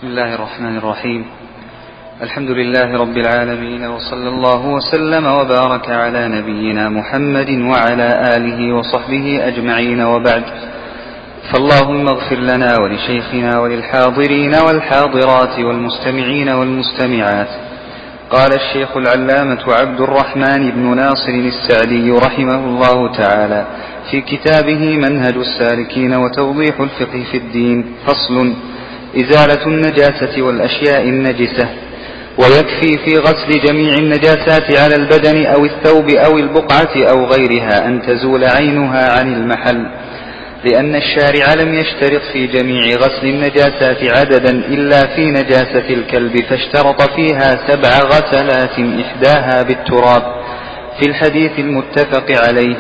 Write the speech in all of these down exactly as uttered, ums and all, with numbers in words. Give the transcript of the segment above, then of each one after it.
بسم الله الرحمن الرحيم. الحمد لله رب العالمين، وصلى الله وسلم وبارك على نبينا محمد وعلى آله وصحبه أجمعين، وبعد. فاللهم اغفر لنا ولشيخنا وللحاضرين والحاضرات والمستمعين والمستمعات. قال الشيخ العلامة عبد الرحمن بن ناصر السعدي رحمه الله تعالى في كتابه منهج السالكين وتوضيح الفقه في الدين: فصل: إزالة النجاسة والأشياء النجسة. ويكفي في غسل جميع النجاسات على البدن أو الثوب أو البقعة أو غيرها أن تزول عينها عن المحل، لأن الشارع لم يشترط في جميع غسل النجاسات عددا إلا في نجاسة الكلب، فاشترط فيها سبع غسلات إحداها بالتراب في الحديث المتفق عليه.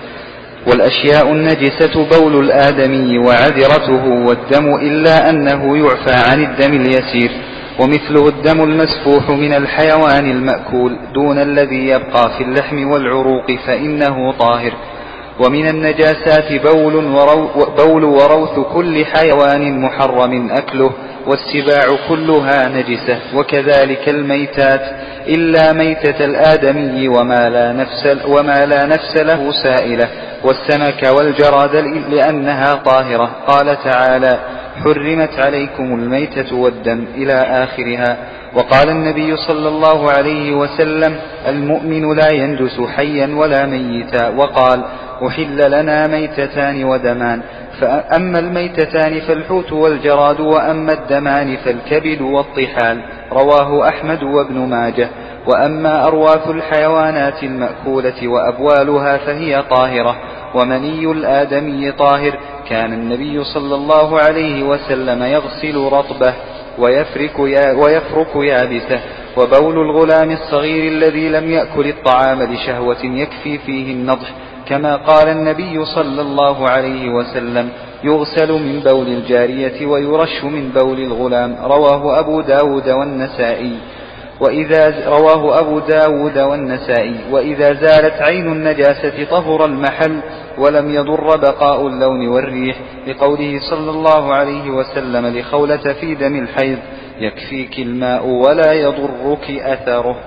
والأشياء النجسة بول الآدمي وعذرته والدم، إلا أنه يعفى عن الدم اليسير، ومثله الدم المسفوح من الحيوان المأكول دون الذي يبقى في اللحم والعروق، فإنه طاهر. ومن النجاسات بول, ورو بول وروث كل حيوان محرم أكله، والسباع كلها نجسة، وكذلك الميتات إلا ميتة الآدمي وما لا نفس, وما لا نفس له سائلة، والسمك والجراد لأنها طاهرة. قال تعالى: حرمت عليكم الميتة والدم إلى آخرها. وقال النبي صلى الله عليه وسلم: المؤمن لا ينجس حيا ولا ميتا. وقال: أحل لنا ميتتان ودمان، فأما الميتتان فالحوت والجراد، وأما الدمان فالكبد والطحال. رواه أحمد وابن ماجه. وأما أرواث الحيوانات المأكولة وأبوالها فهي طاهرة، ومني الآدمي طاهر. كان النبي صلى الله عليه وسلم يغسل رطبه ويفرك, ويفرك يابسه. وبول الغلام الصغير الذي لم يأكل الطعام لشهوة يكفي فيه النضح، كما قال النبي صلى الله عليه وسلم: يغسل من بول الجارية ويرش من بول الغلام. رواه أبو داود والنسائي. وإذا رواه أبو داود والنسائي وإذا زالت عين النجاسة طهر المحل ولم يضر بقاء اللون والريح، لقوله صلى الله عليه وسلم لخولة في دم الحيض: يكفيك الماء ولا يضرك أثره.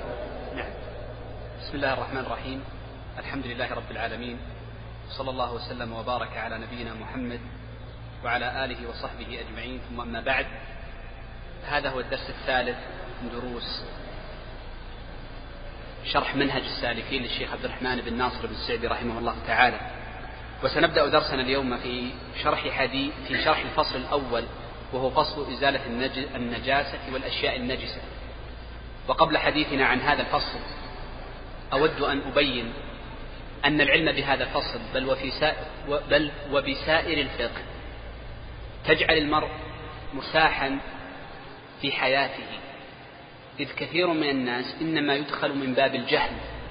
بسم الله الرحمن الرحيم. الحمد لله رب العالمين، صلى الله وسلم وبارك على نبينا محمد وعلى آله وصحبه أجمعين، ثم أما بعد. هذا هو الدرس الثالث من دروس شرح منهج السالكين للشيخ عبد الرحمن بن ناصر بن السعدي رحمه الله تعالى. وسنبدأ درسنا اليوم في شرح حديث في شرح الفصل الأول، وهو فصل إزالة النجاسة والأشياء النجسة. وقبل حديثنا عن هذا الفصل أود أن أبين أن العلم بهذا الفصل بل, وفي سائر بل وبسائر الفقه تجعل المرء مساحا في حياته، إذ كثير من الناس إنما يدخل من باب الجهل.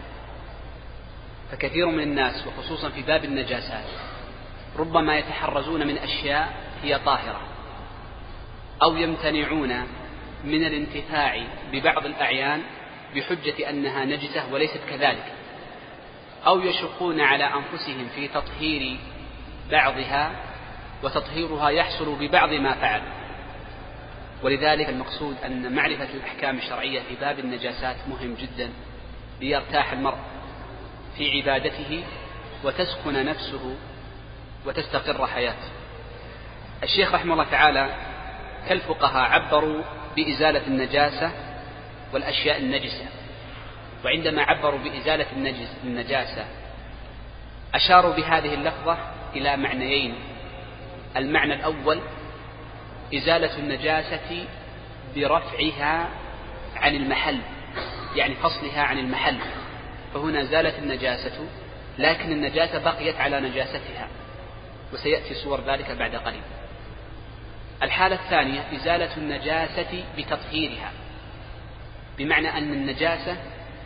فكثير من الناس وخصوصا في باب النجاسات ربما يتحرزون من أشياء هي طاهرة، أو يمتنعون من الانتفاع ببعض الأعيان بحجة أنها نجسة وليست كذلك، أو يشقون على أنفسهم في تطهير بعضها، وتطهيرها يحصل ببعض ما فعل. ولذلك المقصود أن معرفة الأحكام الشرعية في باب النجاسات مهم جدا، ليرتاح المرء في عبادته وتسكن نفسه وتستقر حياته. الشيخ رحمه الله تعالى كالفقهاء عبروا بإزالة النجاسة والأشياء النجسة، وعندما عبروا بإزالة النجاسة أشاروا بهذه اللفظة إلى معنيين. المعنى الأول: إزالة النجاسة برفعها عن المحل، يعني فصلها عن المحل، فهنا زالت النجاسة لكن النجاسة بقيت على نجاستها، وسيأتي صور ذلك بعد قليل. الحالة الثانية: إزالة النجاسة بتطهيرها، بمعنى أن النجاسة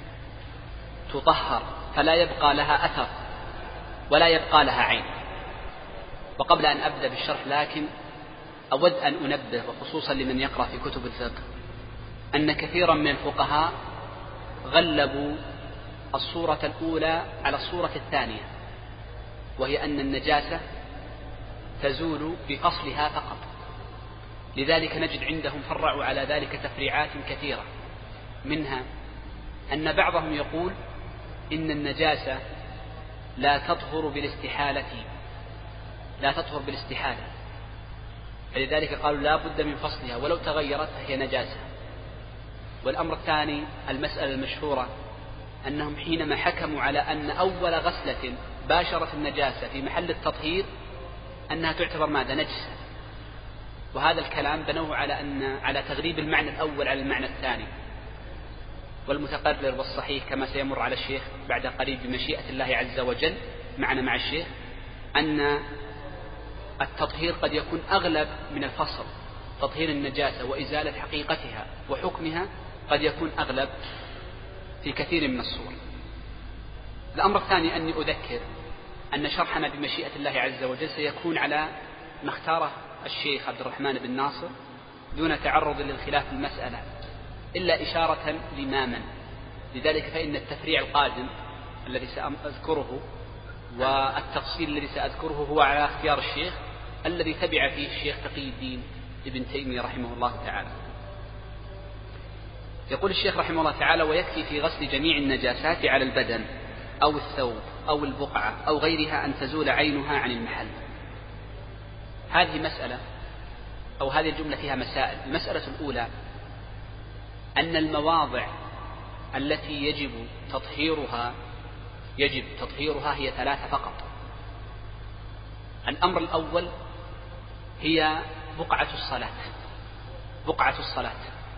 تطهر فلا يبقى لها أثر ولا يبقى لها عين. وقبل أن أبدأ بالشرح لكن أود أن أنبه، وخصوصا لمن يقرأ في كتب الفقه، أن كثيرا من الفقهاء غلبوا الصورة الأولى على الصورة الثانية، وهي أن النجاسة تزول بفصلها فقط، لذلك نجد عندهم فرعوا على ذلك تفريعات كثيرة، منها أن بعضهم يقول إن النجاسة لا تطهر بالاستحالة لا تطهر بالاستحالة فلذلك قالوا لا بد من فصلها ولو تغيرت هي نجاسة. والأمر الثاني المسألة المشهورة أنهم حينما حكموا على أن أول غسلة باشرت النجاسة في محل التطهير أنها تعتبر ماذا؟ نجسة. وهذا الكلام بنوه على أن على تغريب المعنى الأول على المعنى الثاني. والمتقرر والصحيح كما سيمر على الشيخ بعد قريب بمشيئة الله عز وجل معنا مع الشيخ أن التطهير قد يكون أغلب من الفصل. تطهير النجاسة وإزالة حقيقتها وحكمها قد يكون أغلب في كثير من الصور. الأمر الثاني أني أذكر أن شرحنا بمشيئة الله عز وجل سيكون على ما اختاره الشيخ عبد الرحمن بن ناصر دون تعرض للخلاف في المسألة إلا إشارة لماما. لذلك فإن التفريع القادم الذي سأذكره والتفصيل الذي سأذكره هو على اختيار الشيخ الذي تبع فيه الشيخ تقي الدين ابن تيمية رحمه الله تعالى. يقول الشيخ رحمه الله تعالى: ويكفي في غسل جميع النجاسات على البدن أو الثوب أو البقعة أو غيرها أن تزول عينها عن المحل. هذه مسألة أو هذه الجملة فيها مسائل. المسألة الأولى أن المواضع التي يجب تطهيرها يجب تطهيرها هي ثلاثة فقط. الأمر الأول هي بقعة الصلاة بقعة الصلاة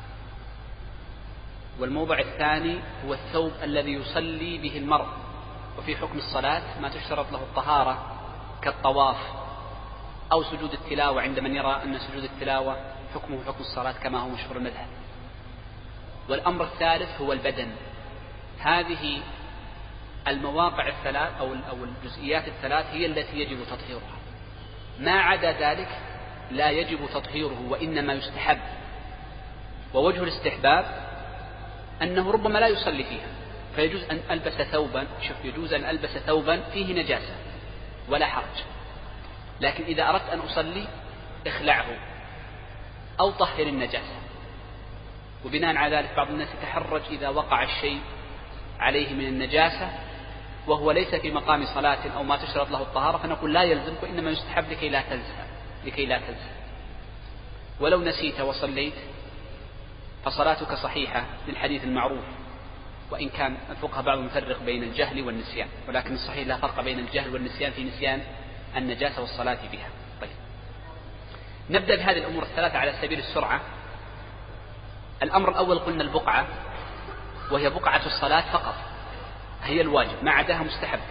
والموضع الثاني هو الثوب الذي يصلي به المرء. وفي حكم الصلاة ما تشترط له الطهارة كالطواف أو سجود التلاوة عند من يرى أن سجود التلاوة حكمه حكم الصلاة كما هو مشهور المذهب. والأمر الثالث هو البدن. هذه المواقع الثلاث أو الجزئيات الثلاث هي التي يجب تطهيرها. ما عدا ذلك لا يجب تطهيره وإنما يستحب. ووجه الاستحباب أنه ربما لا يصلي فيها فيجوز أن ألبس ثوبا شوف يجوز أن ألبس ثوبا فيه نجاسة ولا حرج، لكن إذا أردت أن أصلي اخلعه أو طهر النجاسة. وبناء على ذلك بعض الناس يتحرج إذا وقع الشيء عليه من النجاسة وهو ليس في مقام صلاة أو ما تشترط له الطهارة، فنقول لا يلزمك وإنما يستحب لكي لا تنسى لكي لا تنسى ولو نسيت وصليت فصلاتك صحيحة للحديث المعروف. وإن كان الفقهاء بعضهم يفرق بين الجهل والنسيان، ولكن الصحيح لا فرق بين الجهل والنسيان في نسيان النجاسة والصلاة بها. طيب نبدأ بهذه الأمور الثلاثة على سبيل السرعة. الأمر الأول قلنا البقعة، وهي بقعة الصلاة فقط هي الواجب، ما عداها مستحب.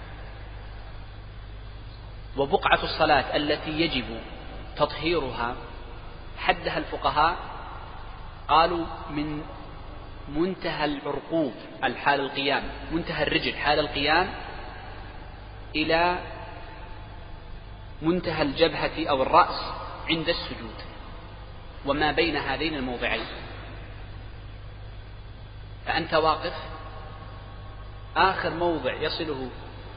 وبقعة الصلاة التي يجب تطهيرها حدها الفقهاء قالوا من منتهى العرقوب الحال القيام، منتهى الرجل حال القيام، إلى منتهى الجبهة أو الرأس عند السجود، وما بين هذين الموضعين. فأنت واقف آخر موضع يصله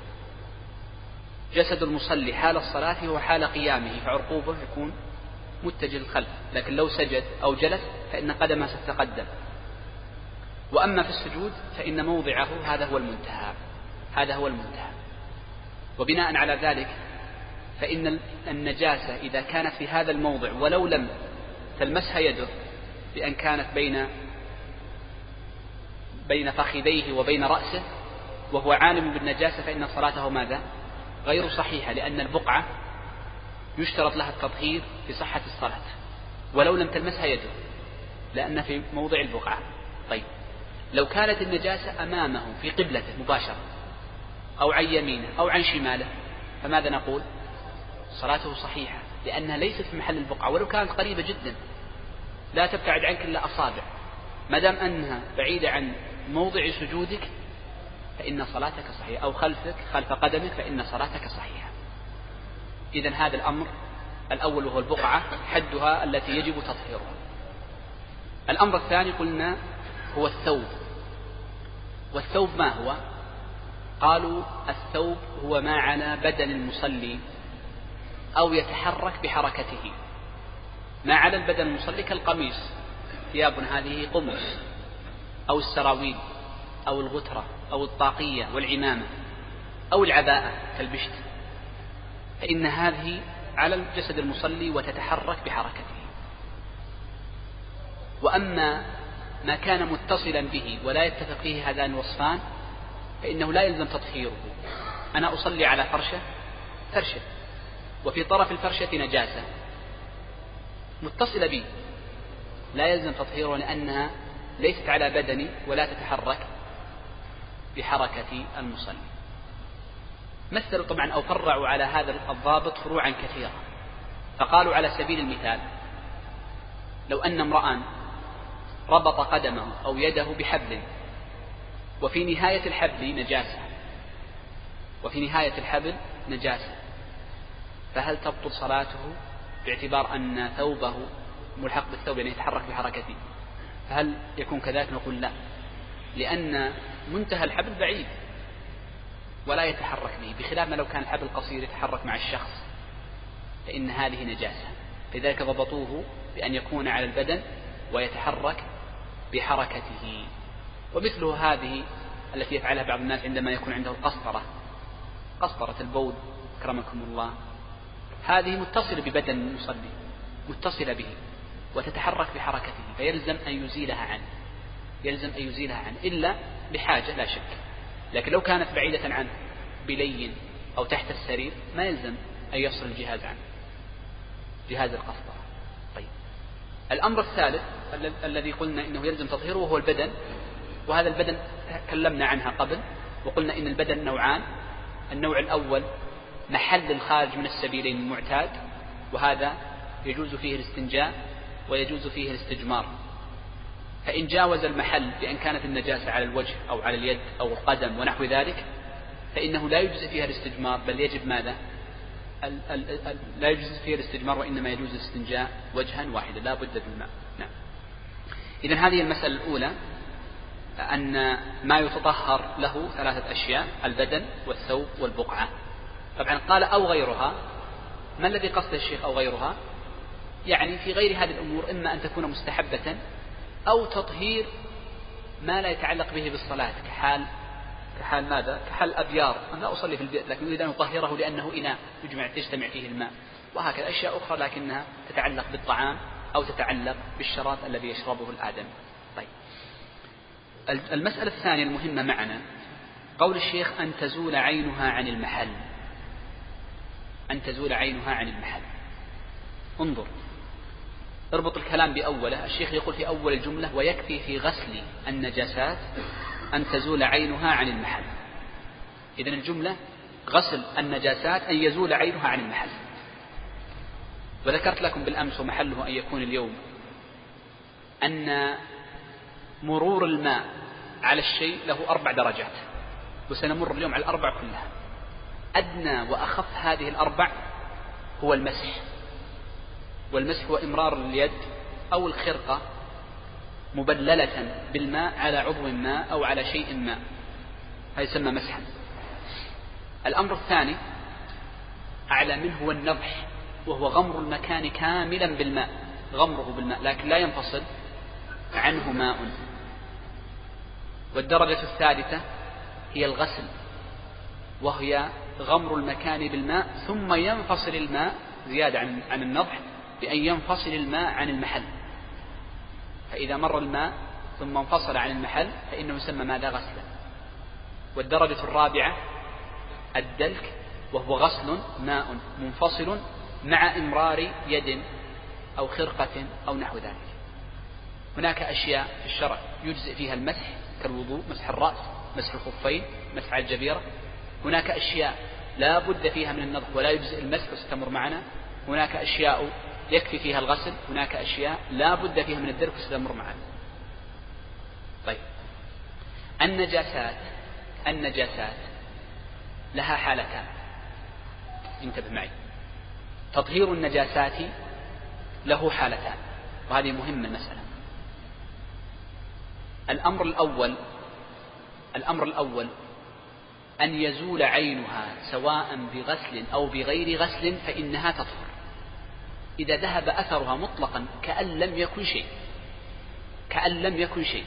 جسد المصلي حال الصلاة هو حال قيامه، فعرقوبه يكون متجه الخلف، لكن لو سجد أو جلس فإن قدمه ستتقدم. وأما في السجود فإن موضعه هذا هو المنتهى هذا هو المنتهى. وبناء على ذلك فإن النجاسة إذا كانت في هذا الموضع ولو لم تلمسها يده بأن كانت بين بين فخذيه وبين رأسه وهو عالم بالنجاسة فإن صلاته ماذا؟ غير صحيحة، لأن البقعة يشترط لها التطهير في صحة الصلاة ولو لم تلمسها يده لأن في موضع البقعة. طيب لو كانت النجاسة أمامه في قبلته مباشرة أو عن يمينه أو عن شماله فماذا نقول؟ صلاته صحيحة لأنها ليست في محل البقعة ولو كانت قريبة جدا لا تبتعد عنك إلا أصابع، ما دام أنها بعيدة عن موضع سجودك فإن صلاتك صحيحة، أو خلفك خلف قدمك فإن صلاتك صحيحة. إذن هذا الأمر الأول وهو البقعة حدها التي يجب تطهيرها. الأمر الثاني قلنا هو الثوب. والثوب ما هو؟ قالوا الثوب هو ما على بدن المصلي أو يتحرك بحركته. ما على البدن المصلي كالقميص، ثياب هذه قمص، أو السراويل أو الغترة أو الطاقية والعمامة أو العباءة كالبشت، فإن هذه على الجسد المصلي وتتحرك بحركته. وأما ما كان متصلا به ولا يتفق فيه هذان الوصفان فإنه لا يلزم تطهيره. أنا أصلي على فرشة فرشة وفي طرف الفرشة نجاسة متصلة بي، لا يلزم تطهيره لأنها ليست على بدني ولا تتحرك بحركة المصلي. مثلوا طبعا أو فرعوا على هذا الضابط فروعا كثيرة، فقالوا على سبيل المثال لو أن امرأ ربط قدمه أو يده بحبل وفي نهاية الحبل نجاسة وفي نهاية الحبل نجاسة فهل تبطل صلاته باعتبار أن ثوبه ملحق بالثوب يعني يتحرك بحركته؟ فهل يكون كذلك؟ نقول لا، لأن منتهى الحبل بعيد ولا يتحرك به، بخلاف ما لو كان الحبل قصير يتحرك مع الشخص فإن هذه نجاسة. لذلك ضبطوه بأن يكون على البدن ويتحرك بحركته. ومثله هذه التي يفعلها بعض الناس عندما يكون عنده القسطرة، قسطرة البول كرمكم الله، هذه متصلة ببدن المصلي، متصلة به وتتحرك بحركته، فيلزم أن يزيلها عنه، يلزم أن يزيلها عنه إلا بحاجة لا شك. لكن لو كانت بعيدة عنه بلين أو تحت السرير ما يلزم أن يفصل الجهاز عنه، جهاز القسطرة. طيب، الأمر الثالث الذي قلنا إنه يلزم تطهيره وهو البدن، وهذا البدن تكلمنا عنها قبل وقلنا إن البدن نوعان. النوع الأول محل الخارج من السبيلين المعتاد، وهذا يجوز فيه الاستنجاء ويجوز فيه الاستجمار، فإن جاوز المحل بأن كانت النجاسة على الوجه أو على اليد أو القدم ونحو ذلك فإنه لا يجوز فيها الاستجمار، بل يجب ماذا؟ ال ال ال لا يجوز فيها الاستجمار، وإنما يجوز الاستنجاء وجها واحدا لا بد بالماء. نعم. إذن هذه المسألة الأولى، أن ما يتطهر له ثلاثة أشياء: البدن والثوب والبقعة. طبعا قال أو غيرها، ما الذي قصد الشيخ أو غيرها؟ يعني في غير هذه الأمور إما أن تكون مستحبة أو تطهير ما لا يتعلق به بالصلاة، كحال كحال ماذا؟ كحال أبيار، أنا لا أصلي في البيت لكن أريد أن أطهره لأنه إناء يجمع تجتمع فيه الماء، وهكذا أشياء أخرى لكنها تتعلق بالطعام أو تتعلق بالشراب الذي يشربه الآدمي. طيب، المسألة الثانية المهمة معنا قول الشيخ أن تزول عينها عن المحل، أن تزول عينها عن المحل. انظر، اربط الكلام بأوله. الشيخ يقول في أول الجملة: ويكفي في غسل النجاسات أن تزول عينها عن المحل. إذن الجملة غسل النجاسات أن يزول عينها عن المحل. وذكرت لكم بالأمس ومحله أن يكون اليوم أن مرور الماء على الشيء له أربع درجات، وسنمر اليوم على الأربع كلها. أدنى وأخف هذه الأربع هو المسح، والمسح هو إمرار اليد أو الخرقة مبللة بالماء على عضو ما أو على شيء ما، هذا يسمى مسحا. الأمر الثاني أعلى منه هو النضح، وهو غمر المكان كاملا بالماء، غمره بالماء لكن لا ينفصل عنه ماء. والدرجة الثالثة هي الغسل، وهي غمر المكان بالماء ثم ينفصل الماء زيادة عن عن النضح بأن ينفصل الماء عن المحل، فإذا مر الماء ثم انفصل عن المحل فإنه يسمى ماذا؟ غسلا. والدرجة الرابعة الدلك، وهو غسل ماء منفصل مع إمرار يد أو خرقة أو نحو ذلك. هناك أشياء في الشرع يجزئ فيها المسح كالوضوء، مسح الرأس، مسح الخفين، مسح الجبيرة. هناك أشياء لا بد فيها من النضح ولا يجزئ المسح وستمر معنا. هناك أشياء يكفي فيها الغسل، هناك أشياء لا بد فيها من الدلك وستمر معنا. طيب، النجاسات النجاسات لها حالتان، انتبه معي. تطهير النجاسات له حالتان، وهذه مهمة المسألة. الأمر الأول الأمر الأول أن يزول عينها سواء بغسل أو بغير غسل فإنها تطهر. إذا ذهب أثرها مطلقا كأن لم يكن شيء، كأن لم يكن شيء،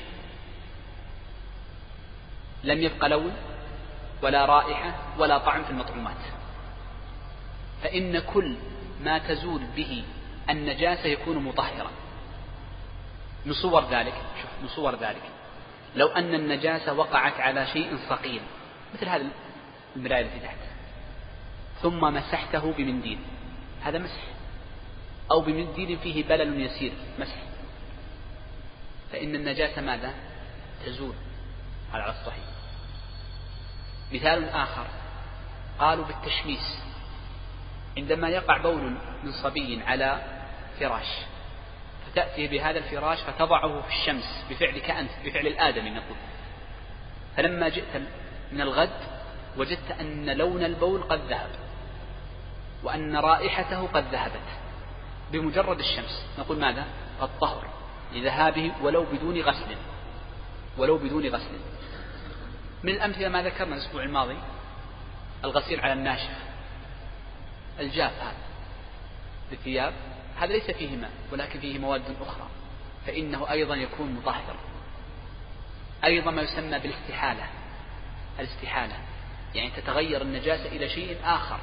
لم يبق لون ولا رائحة ولا طعم في المطعومات، فإن كل ما تزول به النجاسة يكون مطهرا. من صور ذلك، شوف من صور ذلك لو أن النجاسة وقعت على شيء ثقيل مثل هذا المراية التي تحت، ثم مسحته بمنديل، هذا مسح، أو بمنديل فيه بلل يسير مسح، فإن النجاسة ماذا؟ تزول، هذا على الصحيح. مثال آخر قالوا بالتشميس، عندما يقع بول من صبي على فراش فتأتي بهذا الفراش فتضعه في الشمس بفعلك أنت، بفعل الآدمي نقول، فلما جئت من الغد وجدت أن لون البول قد ذهب وأن رائحته قد ذهبت بمجرد الشمس، نقول ماذا؟ قد طهر لذهابه ولو بدون غسل، ولو بدون غسل. من الأمثلة ما ذكرنا الأسبوع الماضي الغسيل على الناشف الجاف هذا للثياب، هذا ليس فيه ماء ولكن فيه مواد أخرى، فإنه أيضا يكون مطهر. أيضا ما يسمى بالاستحالة، الاستحالة يعني تتغير النجاسة إلى شيء آخر،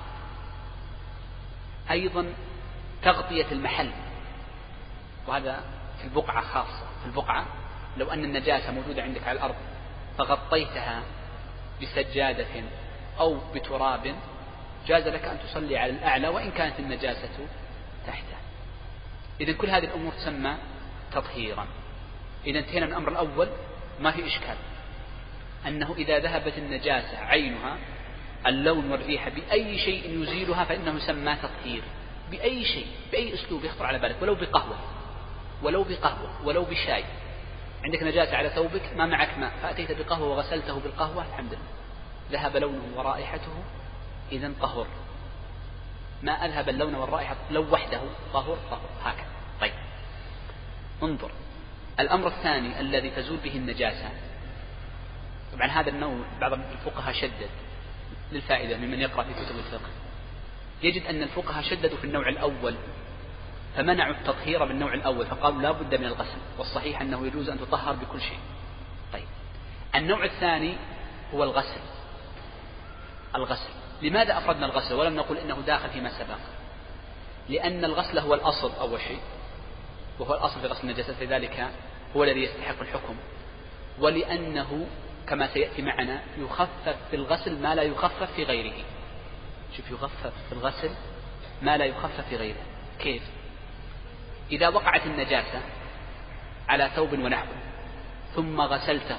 أيضا تغطية المحل، وهذا في البقعة خاصة، في البقعة لو أن النجاسة موجودة عندك على الأرض فغطيتها بسجادة أو بتراب جاز لك أن تصلي على الأعلى وإن كانت النجاسة تحته. إذن كل هذه الأمور تسمى تطهيرا. إذا انتهينا من الأمر الأول ما في إشكال أنه إذا ذهبت النجاسة عينها اللون والريحة بأي شيء يزيلها فإنه يسمى تطهير، بأي شيء، بأي أسلوب يخطر على بالك، ولو بقهوة ولو بقهوة ولو بشاي. عندك نجاسة على ثوبك ما معك ماء فأتيت بقهوة وغسلته بالقهوة الحمد لله ذهب لونه ورائحته، إذن طهر. ما أذهب اللون والرائحة لو وحده طهر طهر هكذا. طيب انظر الأمر الثاني الذي تزول به النجاسة، طبعا هذا النوع بعض الفقهاء شدد للفائدة ممن يقرأ في كتب الفقه، يجد أن الفقهاء شددوا في النوع الأول فمنعوا التطهير بالنوع الأول فقالوا لا بد من الغسل، والصحيح أنه يجوز أن تطهر بكل شيء. طيب النوع الثاني هو الغسل. الغسل لماذا أفردنا الغسل ولم نقل إنه داخل فيما سبق؟ لأن الغسل هو الأصل أول شيء، وهو الأصل في غسل النجاسة، لذلك هو الذي يستحق الحكم، ولأنه كما سيأتي معنا يخفف في الغسل ما لا يخفف في غيره. شوف يخفف في الغسل ما لا يخفف في غيره. كيف؟ إذا وقعت النجاسة على ثوب ونحوه ثم غسلته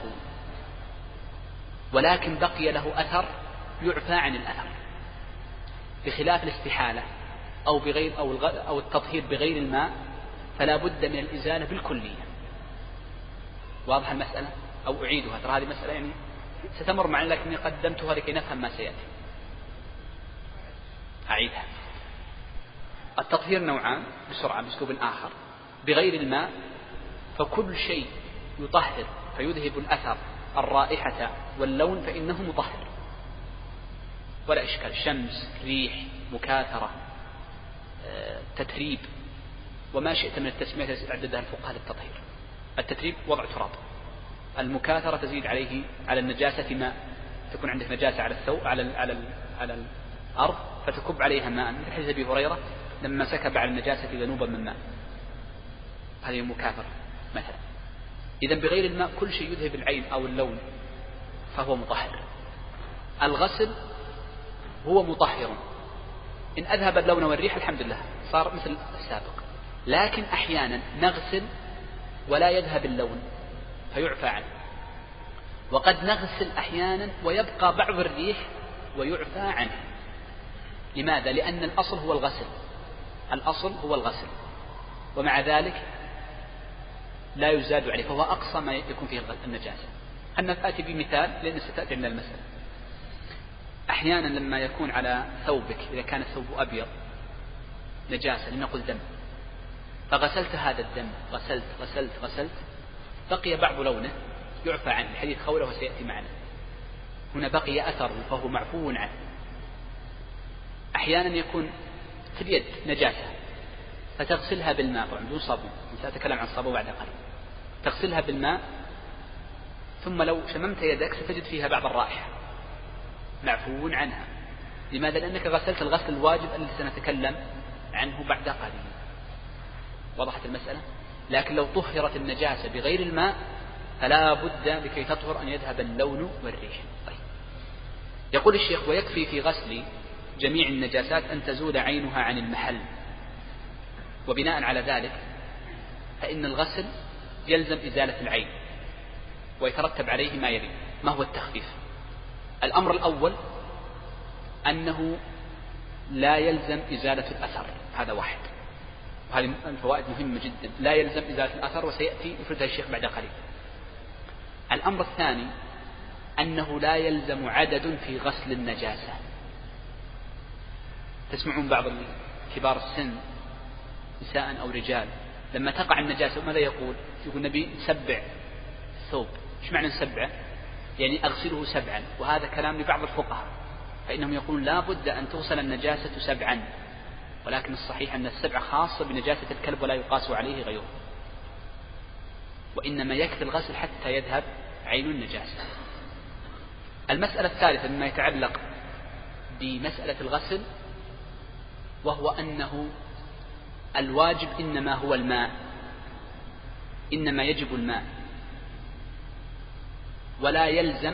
ولكن بقي له أثر يعفى عن الأثر، بخلاف الاستحالة أو بغير أو, أو التطهير بغير الماء فلا بد من الإزالة بالكلية. واضح المسألة؟ أو أعيدها، ترى هذه مسألة يعني ستمر معنا لكني قدمتها لكي نفهم ما سيأتي. أعيدها. التطهير نوعان بسرعة بأسلوب آخر. بغير الماء فكل شيء يطهر فيذهب الأثر الرائحة واللون فإنه مطهر ولا إشكال، شمس، ريح، مكاثرة، تتريب، وما شئت من التسمية التي عددها الفقهاء للتطهير. التتريب وضع تراب، المكاثرة تزيد عليه على النجاسة ماء، تكون عندك نجاسة على الثوب على ال على ال على الأرض فتكب عليها ماء، مثل حديث أبي هريرة لما سكب على النجاسة ذنوبا من ماء، هذه مكاثرة مثلا. إذا بغير الماء كل شيء يذهب العين أو اللون فهو مطهر. الغسل هو مطهر، إن أذهب اللون والريح الحمد لله صار مثل السابق، لكن أحيانا نغسل ولا يذهب اللون فيعفى عنه، وقد نغسل أحيانا ويبقى بعض الريح ويعفى عنه. لماذا؟ لأن الأصل هو الغسل، الأصل هو الغسل، ومع ذلك لا يزاد عليه فهو أقصى ما يكون فيه النجاسة. أنا أتي بمثال لأن ستأتي من المسألة. أحيانا لما يكون على ثوبك إذا كان الثوب أبيض نجاسة لنقل دم، فغسلت هذا الدم غسلت غسلت غسلت بقي بعض لونه يعفى عنه، الحديث خوله وسيأتي معنا. هنا بقي أثر فهو معفو عنه. أحيانا يكون في اليد نجاسة فتغسلها بالماء طبعا بدون صابون، سأتكلم عن الصابون بعد قليل. تغسلها بالماء، ثم لو شممت يدك ستجد فيها بعض الرائحة، معفو عنها. لماذا؟ لأنك غسلت الغسل الواجب الذي سنتكلم عنه بعد قليل. وضحت المسألة؟ لكن لو طهرت النجاسة بغير الماء فلا بد لكي تطهر أن يذهب اللون والريح. طيب. يقول الشيخ: ويكفي في غسل جميع النجاسات أن تزول عينها عن المحل. وبناء على ذلك فإن الغسل يلزم إزالة العين، ويترتب عليه ما يلي. ما هو التخفيف؟ الأمر الأول أنه لا يلزم إزالة الأثر، هذا واحد، وهذه الفوائد مهمة جدا. لا يلزم إزالة الأثر، وسيأتي يفردها الشيخ بعد قليل. الأمر الثاني أنه لا يلزم عدد في غسل النجاسة. تسمعون بعض كبار السن نساء أو رجال لما تقع النجاسة ماذا يقول؟ يقول: نبي نسبع الثوب. إيش معنى نسبعه؟ يعني أغسله سبعا. وهذا كلام لبعض الفقهاء، فإنهم يقولون لا بد أن تغسل النجاسة سبعا، ولكن الصحيح أن السبع خاصة بنجاسة الكلب ولا يقاس عليه غيره، وإنما يكفي الغسل حتى يذهب عين النجاسة. المسألة الثالثة مما يتعلق بمسألة الغسل، وهو أنه الواجب إنما هو الماء، إنما يجب الماء، ولا يلزم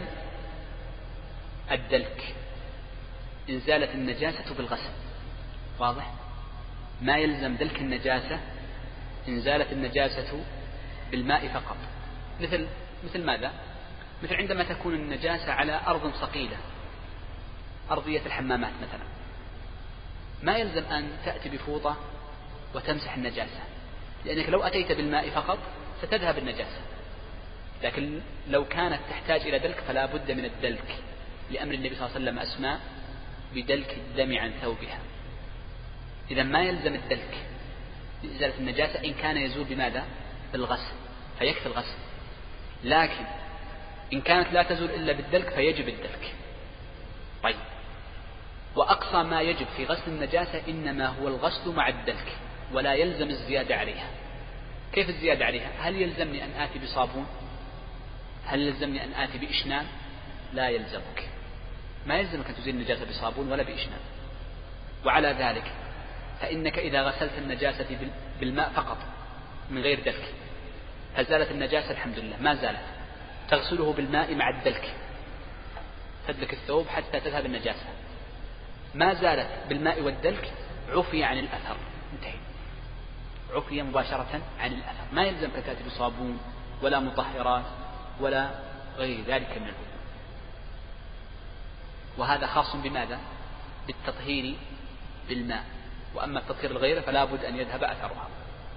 الدلك، إن زالت النجاسة بالغسل. واضح؟ ما يلزم دلك النجاسة إن زالت النجاسة بالماء فقط. مثل مثل ماذا؟ مثل عندما تكون النجاسة على أرض صقيلة، أرضية الحمامات مثلا، ما يلزم أن تأتي بفوطة وتمسح النجاسة، لأنك لو أتيت بالماء فقط ستذهب النجاسة. لكن لو كانت تحتاج إلى دلك فلا بد من الدلك، لأمر النبي صلى الله عليه وسلم أسماء بدلك الدم عن ثوبها. إذا ما يلزم الدلك لإزالة النجاسة إن كان يزول بماذا؟ بالغسل، فيكفي الغسل. لكن إن كانت لا تزول إلا بالدلك فيجب الدلك. طيب. وأقصى ما يجب في غسل النجاسة إنما هو الغسل مع الدلك، ولا يلزم الزيادة عليها. كيف الزيادة عليها؟ هل يلزمني أن آتي بصابون؟ هل يلزمني أن آتي بإشنان؟ لا يلزمك، ما يلزمك أن تزيل النجاسة بصابون ولا بإشنان. وعلى ذلك فإنك إذا غسلت النجاسة بالماء فقط من غير دلك فزالت النجاسة الحمد لله، ما زالت، تغسله بالماء مع الدلك، تدلك الثوب حتى تذهب النجاسة. ما زالت بالماء والدلك عفي عن الأثر، انتهي، عفي مباشرة عن الأثر. ما يلزم أن تأتي بصابون ولا مطهرات ولا غير ذلك من الأمور. وهذا خاص بماذا؟ بالتطهير بالماء. وأما التطهير الغير فلا بد أن يذهب أثرها.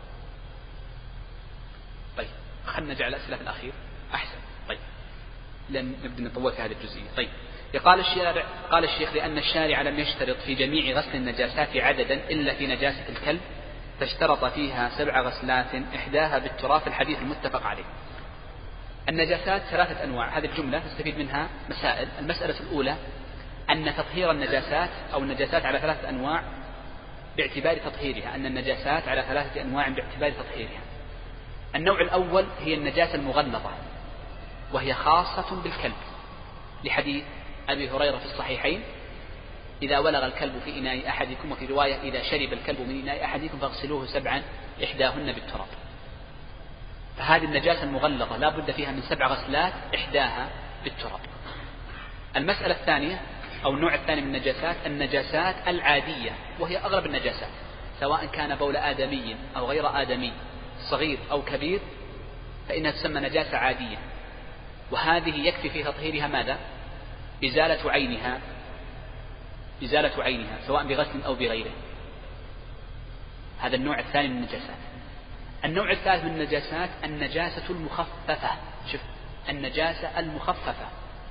طيب، خلنا نجعل الأسئلة في الأخير أحسن. طيب، لن نبدأ نطول في هذه الجزئية. طيب، قال الشارع قال الشيخ: لأن الشارع لم يشترط في جميع غسل النجاسات عددا إلا في نجاسة الكلب، فاشترط فيها سبع غسلات إحداها بالتراب، الحديث المتفق عليه. النجاسات ثلاثة أنواع، هذه الجملة تستفيد منها مسائل. المسألة الأولى أن تطهير النجاسات أو النجاسات على ثلاثة أنواع باعتبار تطهيرها، أن النجاسات على ثلاثة أنواع باعتبار تطهيرها. النوع الأول هي النجاسة المغلظة، وهي خاصة بالكلب، لحديث أبي هريرة في الصحيحين: إذا ولغ الكلب في إناء أحدكم، وفي رواية: إذا شرب الكلب من إناء أحدكم فاغسلوه سبعا إحداهن بالتراب. فهذه النجاسة المغلظة لا بد فيها من سبع غسلات إحداها بالتراب. المسألة الثانية أو النوع الثاني من النجاسات النجاسات العادية، وهي أغلب النجاسات، سواء كان بول آدمي أو غير آدمي، صغير أو كبير، فإنها تسمى نجاسة عادية، وهذه يكفي في تطهيرها ماذا؟ إزالة عينها إزالة عينها سواء بغسل أو بغيره. هذا النوع الثاني من النجاسات. النوع الثالث من النجاسات النجاسة المخففة. شوف، النجاسة المخففة،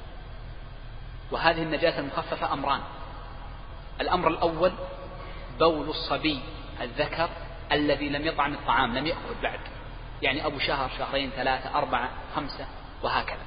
وهذه النجاسة المخففة أمران. الأمر الأول بول الصبي الذكر الذي لم يطعم الطعام، لم يأكل بعد، يعني أبو شهر، شهرين، ثلاثة، أربعة، خمسة، وهكذا.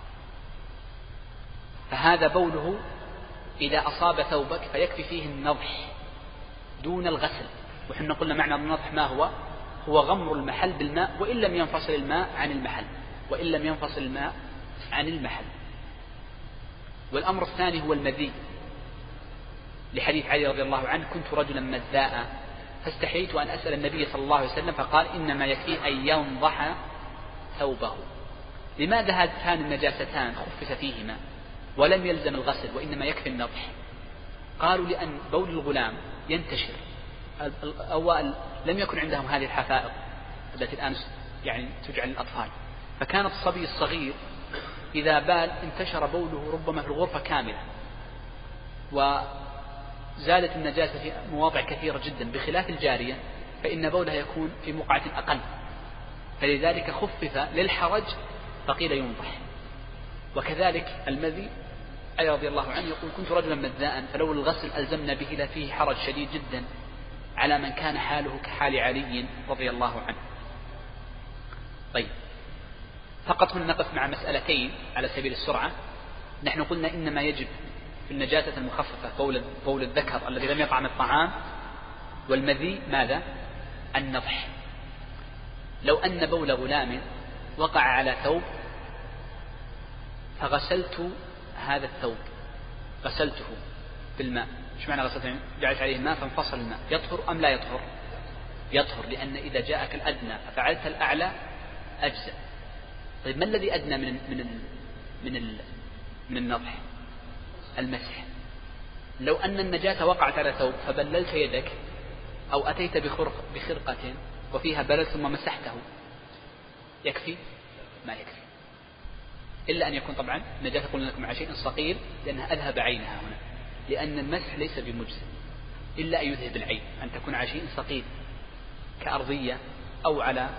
فهذا بوله إذا أصاب ثوبك فيكفي فيه النضح دون الغسل، وحنا قلنا معنى النضح ما هو؟ هو غمر المحل بالماء وإن لم ينفصل الماء عن المحل، وإن لم ينفصل الماء عن المحل. والأمر الثاني هو المذي، لحديث علي رضي الله عنه: كنت رجلا مذاء فاستحييت أن أسأل النبي صلى الله عليه وسلم فقال: إنما يكفي أن ينضح ثوبه. لماذا هاتان النجاستان خفف فيهما ولم يلزم الغسل وإنما يكفي النضح؟ قالوا: لأن بول الغلام ينتشر، الأوائل لم يكن عندهم هذه الحفائظ التي الآن يعني تجعل للأطفال، فكان الصبي الصغير إذا بال انتشر بوله ربما في الغرفة كاملة، وزالت النجاسة في مواضع كثيرة جدا، بخلاف الجارية فإن بولها يكون في مقعة أقل، فلذلك خفف للحرج فقيل ينضح. وكذلك المذي، علي رضي الله عنه يقول: كنت رجلا مذاء فلو الغسل ألزمنا به لفيه حرج شديد جدا على من كان حاله كحال علي رضي الله عنه. طيب، فقط هنا نقف مع مسألتين على سبيل السرعة. نحن قلنا إنما يجب في النجاسة المخففة بول بول الذكر الذي لم يطعم الطعام، والمذي ماذا؟ النضح. لو أن بول غلام وقع على ثوب فغسلت هذا الثوب، غسلته بالماء، ايش معنى غسلته؟ جعلت عليه ماء فانفصل الماء، يطهر أم لا يطهر؟ يطهر، لأن إذا جاءك الأدنى ففعلت الأعلى أجزأ. طيب، ما الذي أدنى من من ال من ال من النضح؟ المسح. لو أن النجاسة وقعت على ثوب فبللت يدك أو أتيت بخرق بخرقة وفيها بلل ثم مسحته، يكفي؟ ما يكفي، إلا أن يكون طبعا النجاسة قلنا لكم على شيء صغير لأنها أذهب عينها هنا، لأن المسح ليس بمجزئ إلا أن يذهب العين، أن تكون على شيء ثقيل كأرضية أو على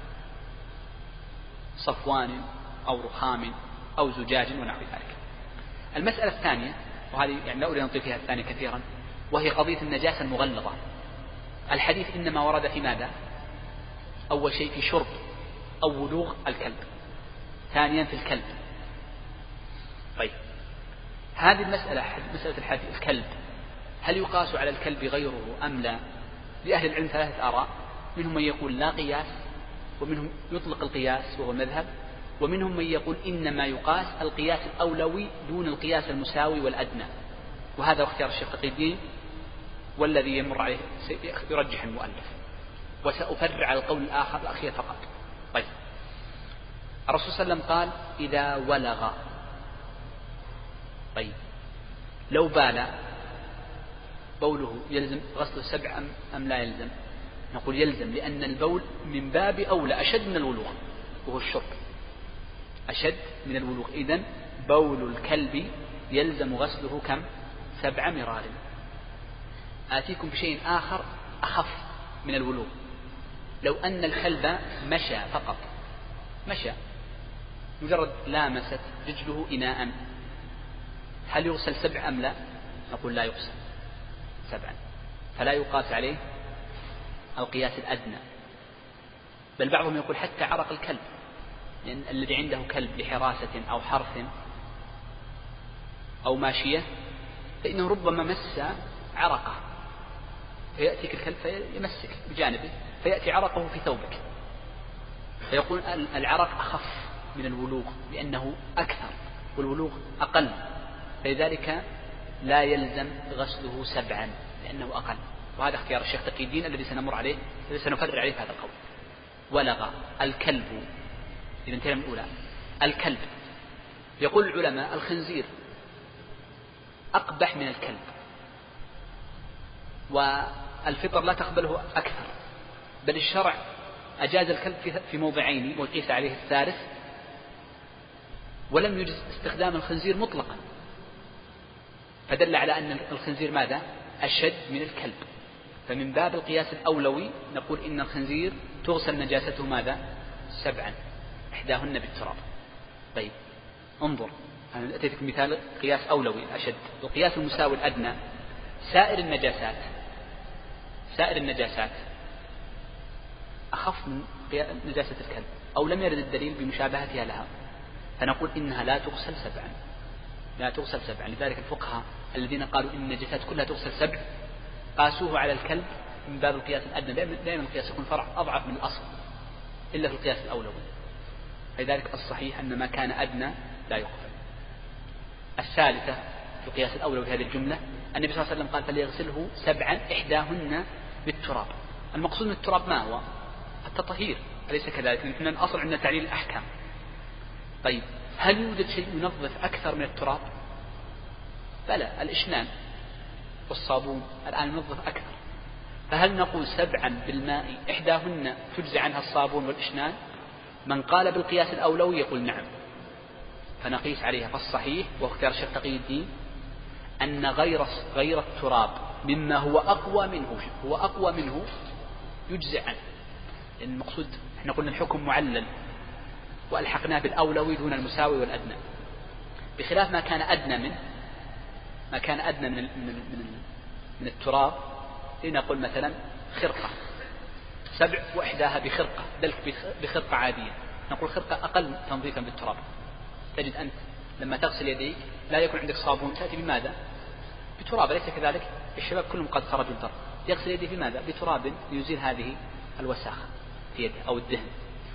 صفوان أو رخام أو زجاج ونحو ذلك. المسألة الثانية، وهذه يعني لا أريد أن نطيل فيها الثانية كثيرا، وهي قضية النجاسة المغلظة. الحديث إنما ورد في ماذا؟ أول شيء في شرب أو ولوغ الكلب، ثانيا في الكلب. طيب، هذه المسألة مسألة الحديث الكلب، هل يقاس على الكلب غيره أم لا؟ لأهل العلم ثلاثة آراء، منهم من يقول لا قياس، ومنهم يطلق القياس وهو المذهب، ومنهم من يقول إنما يقاس القياس الأولوي دون القياس المساوي والأدنى، وهذا اختيار الشيخ تقي الدين والذي يمر عليه يرجح المؤلف، وسأفرع على القول الآخر الأخير فقط. طيب، الرسول صلى الله عليه وسلم قال: إذا ولغ. طيب، لو بال بوله يلزم غسل السبع أم, أم لا يلزم؟ نقول يلزم، لأن البول من باب أولى أشد من الولوغ، وهو الشرب أشد من الولوغ. إذن بول الكلب يلزم غسله كم؟ سبع مرار. آتيكم بشيء آخر أخف من الولوغ. لو أن الكلب مشى فقط، مشى مجرد لامست رجله إناء، هل يغسل سبع أم لا؟ نقول لا يغسل سبعا، فلا يقاس عليه القياس الأدنى. بل بعضهم يقول حتى عرق الكلب، لأن الذي عنده كلب لحراسة أو حرث أو ماشية فإنه ربما مس عرقه، فيأتيك الكلب فيمسك بجانبه فيأتي عرقه في ثوبك، فيقول العرق أخف من الولوغ لأنه أكثر والولوغ أقل، فلذلك لا يلزم غسله سبعا لأنه أقل. وهذا اختيار الشيخ تقي الدين الذي سنمر عليه الذي سنفرع عليه هذا القول. ولغ الكلب، إذا انتهينا من الأولى. الكلب، يقول العلماء الخنزير أقبح من الكلب، والفطر لا تقبله أكثر، بل الشرع أجاز الكلب في موضعين وقيس عليه الثالث، ولم يجز استخدام الخنزير مطلقا، فدل على أن الخنزير ماذا؟ أشد من الكلب، فمن باب القياس الأولوي نقول إن الخنزير تغسل نجاسته ماذا؟ سبعا، إحداهن بالتراب. طيب، انظر، أنا أتيتك مثال قياس أولوي أشد. القياس المساوي الأدنى، سائر النجاسات سائر النجاسات أخف من نجاسة الكلب، أو لم يرد الدليل بمشابهتها لها، فنقول إنها لا تغسل سبعا، لا تغسل سبعا. لذلك الفقهاء الذين قالوا إن النجاسات كلها تغسل سبع قاسوه على الكلب من باب القياس الأدنى، دائما القياس يكون فرع أضعف من الأصل إلا في القياس الأولوي. لذلك الصحيح أن ما كان أدنى لا يقبل. الثالثة في القياس الأولوي هذه الجملة النبي صلى الله عليه وسلم قال فليغسله سبعا إحداهن بالتراب. المقصود من التراب ما هو؟ التطهير، أليس كذلك؟ نحن الأصل عندنا تعليل الأحكام. طيب هل يوجد شيء ينظف أكثر من التراب؟ بلى، الإشنان والصابون الآن ينظف أكثر. فهل نقول سبعا بالماء إحداهن تجزي عنها الصابون والإشنان؟ من قال بالقياس الأولوي يقول نعم، فنقيس عليها. فالصحيح واختيار الشيخ تقي الدين أن غير غير التراب مما هو أقوى منه هو أقوى منه يجزي عنه. لأن المقصود احنا قلنا الحكم معلل وألحقناه بالأولوي دون المساوي والأدنى، بخلاف ما كان أدنى منه ما كان أدنى من من من, من التراب. لنقول مثلا خرقة سبع وإحداها بخرقة دلك بخرقة عادية، نقول خرقة أقل تنظيفا بالتراب. تجد أنت لما تغسل يديك لا يكون عندك صابون، تأتي بماذا؟ بتراب، أليس كذلك؟ الشباب كلهم قد خرجوا الدر، يغسل يديه بماذا؟ بتراب ليزيل هذه الوساخة في يده أو الدهن.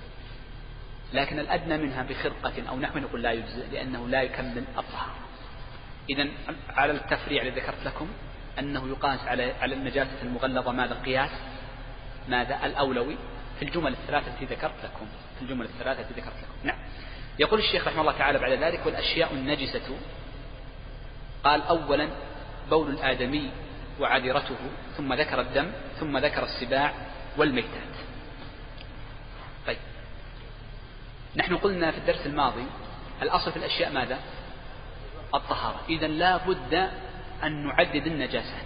لكن الأدنى منها بخرقة أو نحو نقول لا يجزئ لأنه لا يكمل الطهارة. إذن على التفريع الذي ذكرت لكم أنه يقاس على على النجاسة المغلظة ماذا القياس؟ ماذا؟ الأولوي في الجمل الثلاثة التي ذكرت لكم في الجمل الثلاثة التي ذكرت لكم. نعم. يقول الشيخ رحمه الله تعالى بعد ذلك والأشياء النجسة، قال أولا بول الآدمي وعذرته، ثم ذكر الدم، ثم ذكر السباع والميتات. طيب نحن قلنا في الدرس الماضي الأصل في الأشياء ماذا؟ الطهارة. إذن لا بد أن نعدد النجاسات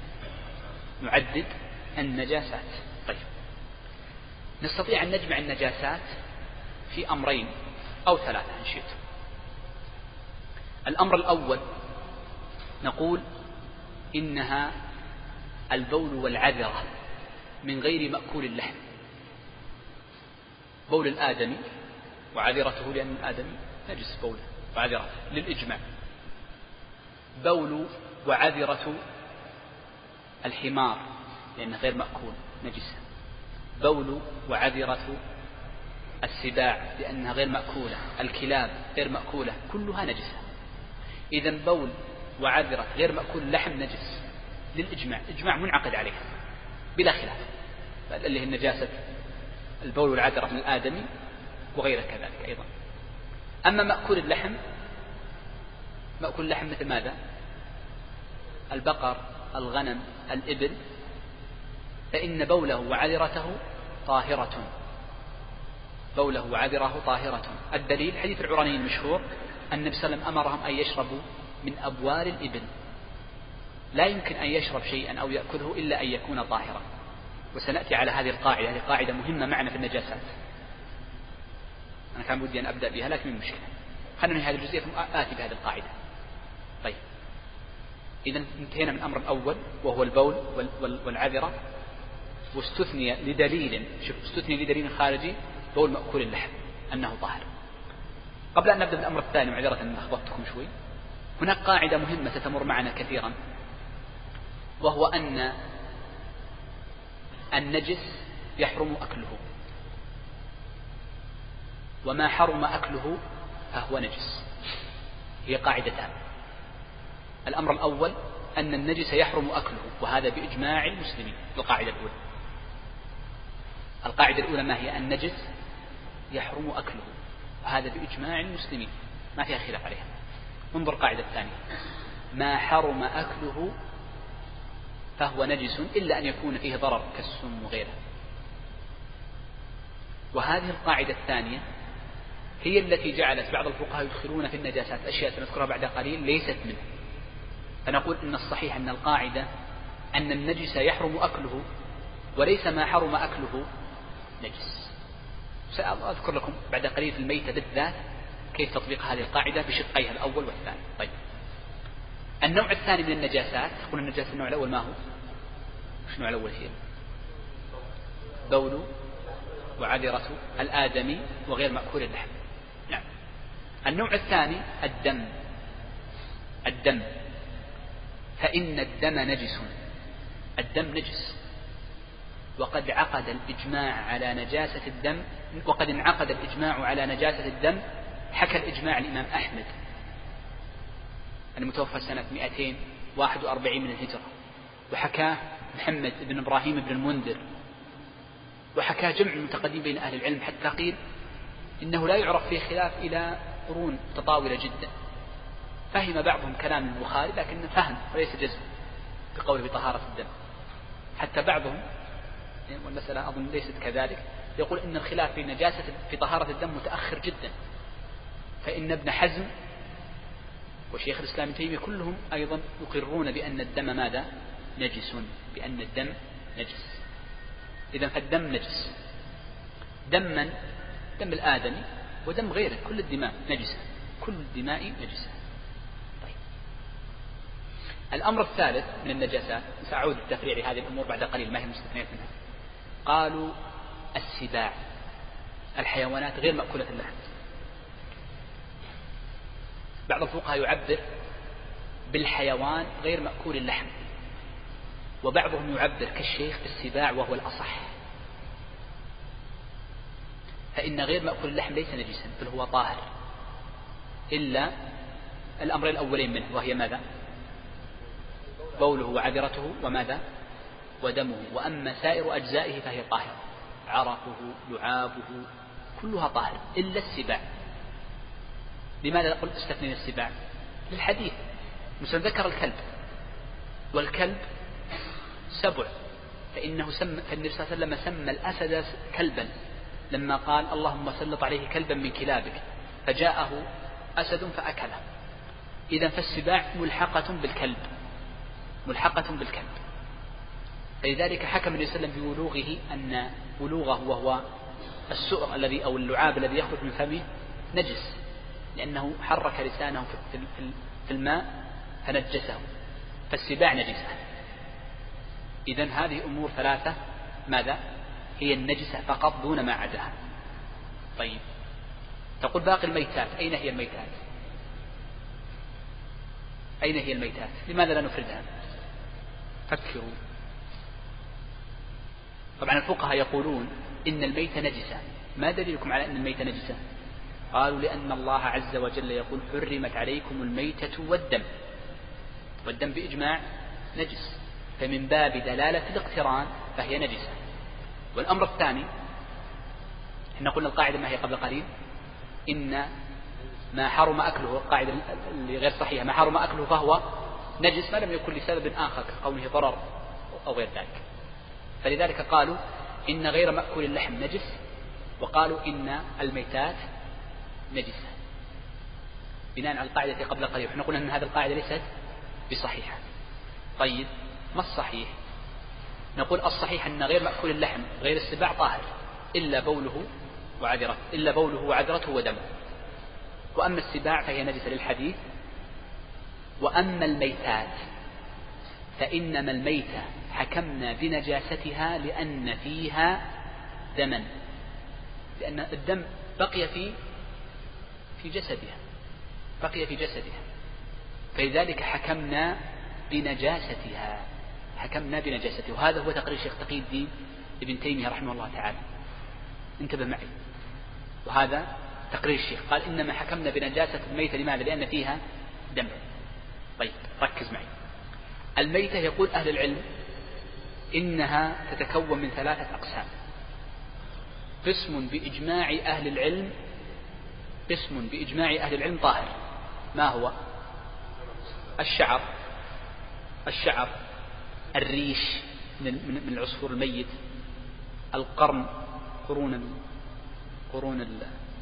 نعدد النجاسات. طيب نستطيع أن نجمع النجاسات في أمرين أو ثلاثة إن شئتم. الأمر الأول نقول إنها البول والعذرة من غير مأكول اللحم. بول الآدمي وعذرته لأن الآدمي نجس بوله وعذرته للإجماع. بول وعذرة الحمار لأنه غير مأكول نجسة. بول وعذرة السباع لأنها غير مأكولة. الكلاب غير مأكولة، كلها نجسة. إذن بول وعذرة غير مأكول لحم نجس للإجماع، إجماع منعقد عليها بلا خلاف، اللي هي النجاسة البول والعذرة من الآدمي وغيره كذلك أيضا. أما مأكول اللحم، مأكول اللحم مثل ماذا؟ البقر، الغنم، الإبل، فإن بوله وعذرته طاهرة بوله وعذره طاهرة. الدليل حديث العراني المشهور أن النبي صلى الله عليه وسلم أمرهم أن يشربوا من أبوال الإبل، لا يمكن أن يشرب شيئا أو يأكله إلا أن يكون طاهرا. وسنأتي على هذه القاعدة، هذه قاعدة مهمة معنا في النجاسات. أنا كان ودي أن أبدأ بها لكن من مشكلة، خلنا ننهي هذه الجزئية ثم آتي بهذه القاعدة. طيب إذن انتهينا من الأمر الأول وهو البول والعذرة، واستثني لدليل شوف استثني لدليل خارجي بول مأكول اللحم أنه طاهر. قبل أن نبدأ بالأمر الثاني، معذرة أن أخبطتكم شوي، هناك قاعدة مهمة ستمر معنا كثيرا، وهو أن النجس يحرم أكله، وما حرم أكله فهو نجس. هي قاعدتان. الأمر الأول أن النجس يحرم أكله، وهذا بإجماع المسلمين. القاعدة الأولى القاعدة الأولى ما هي؟ النجس يحرم أكله، وهذا بإجماع المسلمين ما فيها خلاف عليها. انظر القاعدة الثانية، ما حرم أكله فهو نجس إلا أن يكون فيه ضرر كالسم وغيره. وهذه القاعدة الثانية هي التي جعلت بعض الفقهاء يدخلون في النجاسات أشياء سنذكرها بعد قليل ليست منه. فنقول إن الصحيح أن القاعدة أن النجس يحرم أكله وليس ما حرم أكله نجس. سأذكر لكم بعد قليل في الميتة بالذات كيف تطبيق هذه القاعدة بشقيها الأول والثاني. طيب النوع الثاني من النجاسات، قلنا النجاسة النوع الأول ما هو؟ وش النوع الأول هي؟ بول وعذرة الآدمي وغير مأكول اللحم. نعم. النوع الثاني الدم الدم فإن الدم نجس. الدم نجس وقد عقد الإجماع على نجاسة الدم وقد انعقد الإجماع على نجاسة الدم. حكى الإجماع الإمام أحمد المتوفى سنة مئتين وواحد وأربعين من الهجرة، وحكاه محمد بن إبراهيم بن المنذر، وحكاه جمع المتقدمين بين أهل العلم، حتى قيل إنه لا يعرف فيه خلاف إلى قرون متطاولة جدا. فهم بعضهم كلام البخاري لكن فهم وليس جزم بقوله بطهارة الدم، حتى بعضهم والمسألة أظن ليست كذلك يقول إن الخلاف في نجاسة في طهارة الدم متأخر جدا، فإن ابن حزم وشيخ الإسلام ابن تيمية كلهم أيضا يقرون بأن الدم ماذا؟ نجس، بأن الدم نجس. إذن فالدم نجس، دما دم الآدمي ودم غيره، كل الدماء نجسة، كل الدماء نجسة. طيب. الأمر الثالث من النجاسات، سأعود لتفريع هذه الأمور بعد قليل ما هي مستثنية منها. قالوا السباع، الحيوانات غير مأكولة اللحم. بعض الفقهاء يعبر بالحيوان غير مأكول اللحم، وبعضهم يعبر كالشيخ بالسباع وهو الأصح، فإن غير مأكول اللحم ليس نجسا بل هو طاهر، إلا الأمرين الأولين منه، وهي ماذا؟ بوله وعذرته وماذا؟ ودمه. وأما سائر أجزائه فهي طاهرة، عرقه لعابه كلها طاهر إلا السباع. لماذا قلت استثنين السباع؟ للحديث. مثلا ذكر الكلب، والكلب سبع، فإنه سم فالنبي صلى الله عليه وسلم سمى الأسد كلبا لما قال اللهم سلط عليه كلبا من كلابك، فجاءه أسد فأكله. إذا فالسباع ملحقة بالكلب، ملحقة بالكلب. فلذلك حكم النبي صلى الله عليه وسلم بولوغه أن ولوغه وهو السؤر الذي أو اللعاب الذي يخرج من فمه نجس، لأنه حرك لسانه في الماء فنجسه، فالسباع نجسة. إذن هذه أمور ثلاثة ماذا؟ هي النجسة فقط دون ما عداها. طيب، تقول باقي الميتات، أين هي الميتات؟ أين هي الميتات؟ لماذا لا نفردها؟ فكروا. طبعا الفقهاء يقولون إن الميت نجسة. ما دليلكم على أن الميت نجسة؟ قالوا لأن الله عز وجل يقول حرمت عليكم الميتة والدم، والدم بإجماع نجس، فمن باب دلالة الاقتران فهي نجسة. والأمر الثاني، احنا قلنا القاعدة ما هي قبل قليل، إن ما حرم أكله، القاعدة اللي غير صحيحة، ما حرم أكله فهو نجس ما لم يكن لسبب آخر كقوله ضرر أو غير ذلك. فلذلك قالوا إن غير مأكول اللحم نجس، وقالوا إن الميتات نجسة بناء على القاعدة قبل قليل. احنا قلنا أن هذه القاعدة ليست بصحيحة. طيب، ما الصحيح؟ نقول الصحيح أن غير مأكول اللحم غير السباع طاهر إلا بوله وعذرته، إلا بوله وعذرته ودمه. وأما السباع فهي نجسة للحديث. وأما الميتات فإنما الميتة حكمنا بنجاستها لأن فيها دما، لأن الدم بقي في في جسدها، بقي في جسدها، فلذلك حكمنا بنجاستها، حكمنا بنجاستها. وهذا هو تقرير شيخ تقي الدين ابن تيمية رحمه الله تعالى، انتبه معي. وهذا تقرير الشيخ، قال إنما حكمنا بنجاسة الميتة. لماذا؟ لأن فيها دم. طيب، ركز معي. الميتة يقول أهل العلم إنها تتكون من ثلاثة أقسام. قسم بإجماع أهل العلم، قسم بإجماع أهل العلم طاهر. ما هو؟ الشعر، الشعر الريش من من العصفور الميت، القرن، قرون قرون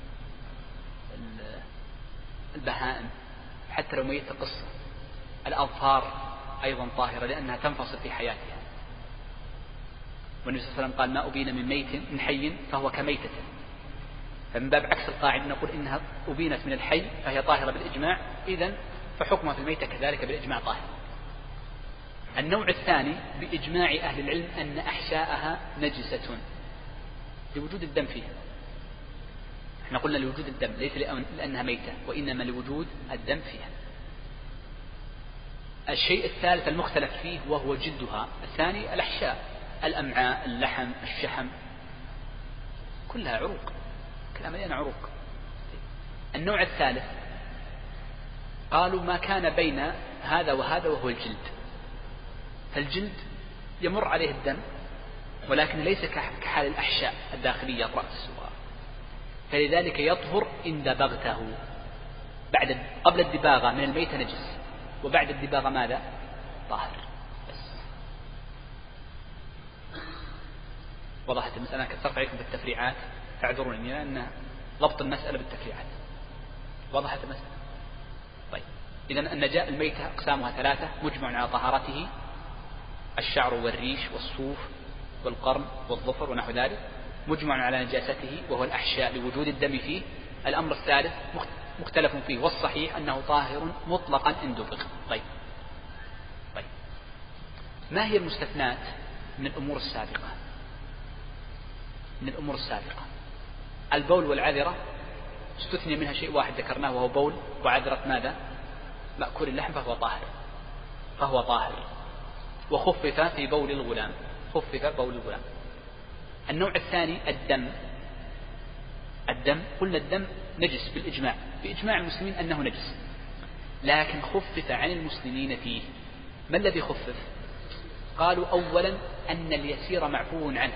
البهائم حتى لو ميت قصة، الأظفار أيضا طاهرة لأنها تنفصل في حياتها. والنبي صلى الله عليه وسلم قال ما أبين من ميت من حي فهو كميتة، فمن باب عكس القاعدة نقول إنها أبينت من الحي فهي طاهرة بالإجماع، إذن فحكمها في الميتة كذلك بالإجماع طاهر. النوع الثاني بإجماع أهل العلم أن أحشاءها نجسة لوجود الدم فيها. احنا قلنا لوجود الدم، ليس لأنها ميتة، وإنما لوجود الدم فيها. الشيء الثالث المختلف فيه وهو جلدها. الثاني الأحشاء، الأمعاء، اللحم، الشحم، كلها عروق، كلها مليانة عروق. النوع الثالث قالوا ما كان بين هذا وهذا وهو الجلد، فالجلد يمر عليه الدم ولكن ليس كحال الأحشاء الداخلية الرأس، فلذلك يطهر إن دبغته. بعد قبل الدباغة من الميت نجس، وبعد الدباغة ماذا؟ طاهر. بس وضحت المسألة. كثرت عليكم في التفريعات فاعذروني لأن ضبط المسألة بالتفريعات. وضحت المسألة. طيب، إذن النجاة الميتة أقسامها ثلاثة: مجمع على طهارته، الشعر والريش والصوف والقرن والظفر ونحو ذلك. مجمع على نجاسته وهو الأحشاء لوجود الدم فيه. الأمر الثالث مختلف فيه، والصحيح أنه طاهر مطلقا إن دبغ. طيب. طيب ما هي المستثنات من الأمور السابقة؟ من الأمور السابقة البول والعذرة استثني منها شيء واحد ذكرناه وهو بول وعذرة ماذا؟ مأكول اللحم، فهو طاهر فهو طاهر وخفف في بول الغلام، خفف بول الغلام. النوع الثاني الدم. الدم قلنا الدم نجس بالإجماع، بإجماع المسلمين أنه نجس، لكن خفف عن المسلمين فيه. ما الذي خفف؟ قالوا أولا أن اليسير معفو عنه،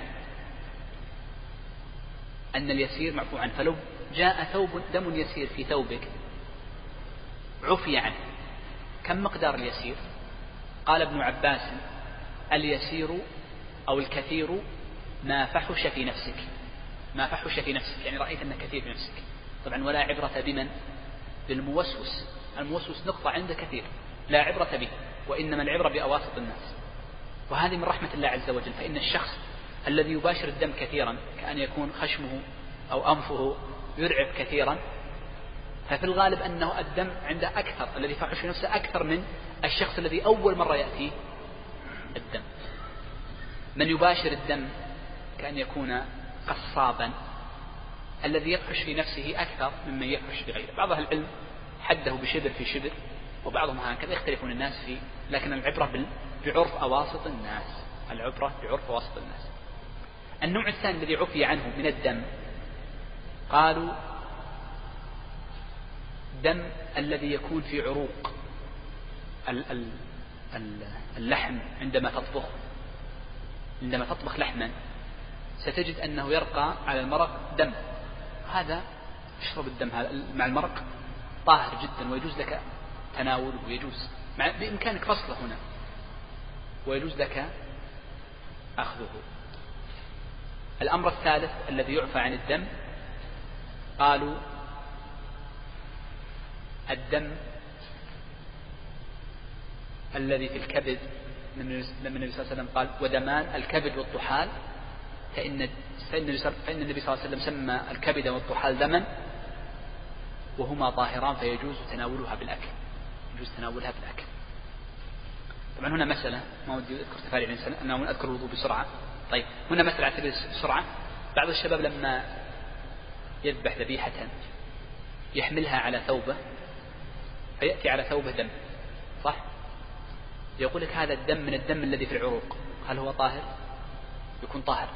أن اليسير معفو عنه، فلو جاء ثوب دم يسير في ثوبك عفي عنه. كم مقدار اليسير؟ قال ابن عباس: اليسير أو الكثير ما فحش في نفسك، ما فحش في نفسك يعني رأيت أنه كثير في نفسك. طبعا ولا عبرة بمن؟ بالموسوس، الموسوس نقطة عند كثير، لا عبرة به، وإنما العبرة بأواسط الناس. وهذه من رحمة الله عز وجل، فإن الشخص الذي يباشر الدم كثيرا كأن يكون خشمه أو أنفه يرعب كثيرا، ففي الغالب أنه الدم عنده أكثر، الذي فحش في نفسه أكثر من الشخص الذي أول مرة يأتي الدم. من يباشر الدم كأن يكون قصابا، الذي يفحش في نفسه أكثر ممن يفحش بغيره. بعض أهل العلم حده بشبر في شبر، وبعضهم هكذا، يختلفون الناس فيه، لكن العبرة بعرف أواسط الناس، العبرة بعرف أواسط الناس. النوع الثاني الذي عفي عنه من الدم قالوا دم الذي يكون في عروق اللحم. عندما تطبخ عندما تطبخ لحما ستجد أنه يرقى على المرق دم، هذا اشرب الدم هذا مع المرق طاهر جدا، ويجوز لك تناوله، ويجوز بإمكانك فصله هنا، ويجوز لك أخذه. الأمر الثالث الذي يعفى عن الدم قالوا الدم الذي في الكبد، لما النبي صلى الله عليه وسلم قال: ودمان الكبد والطحال، فإن فإن النبي صلى الله عليه وسلم سمى الكبد والطحال دما وهما طاهران، فيجوز تناولها بالأكل، يجوز تناولها بالأكل. طبعا هنا مسألة ما ودي أذكر تفاريع الإنسان، أنا أذكر الوضوء بسرعة. طيب هنا مسألة على سبيل السرعة. بعض الشباب لما يذبح ذبيحة يحملها على ثوبه فيأتي على ثوبه دم، صح؟ يقول لك هذا الدم من الدم الذي في العروق، هل هو طاهر؟ يكون طاهر؟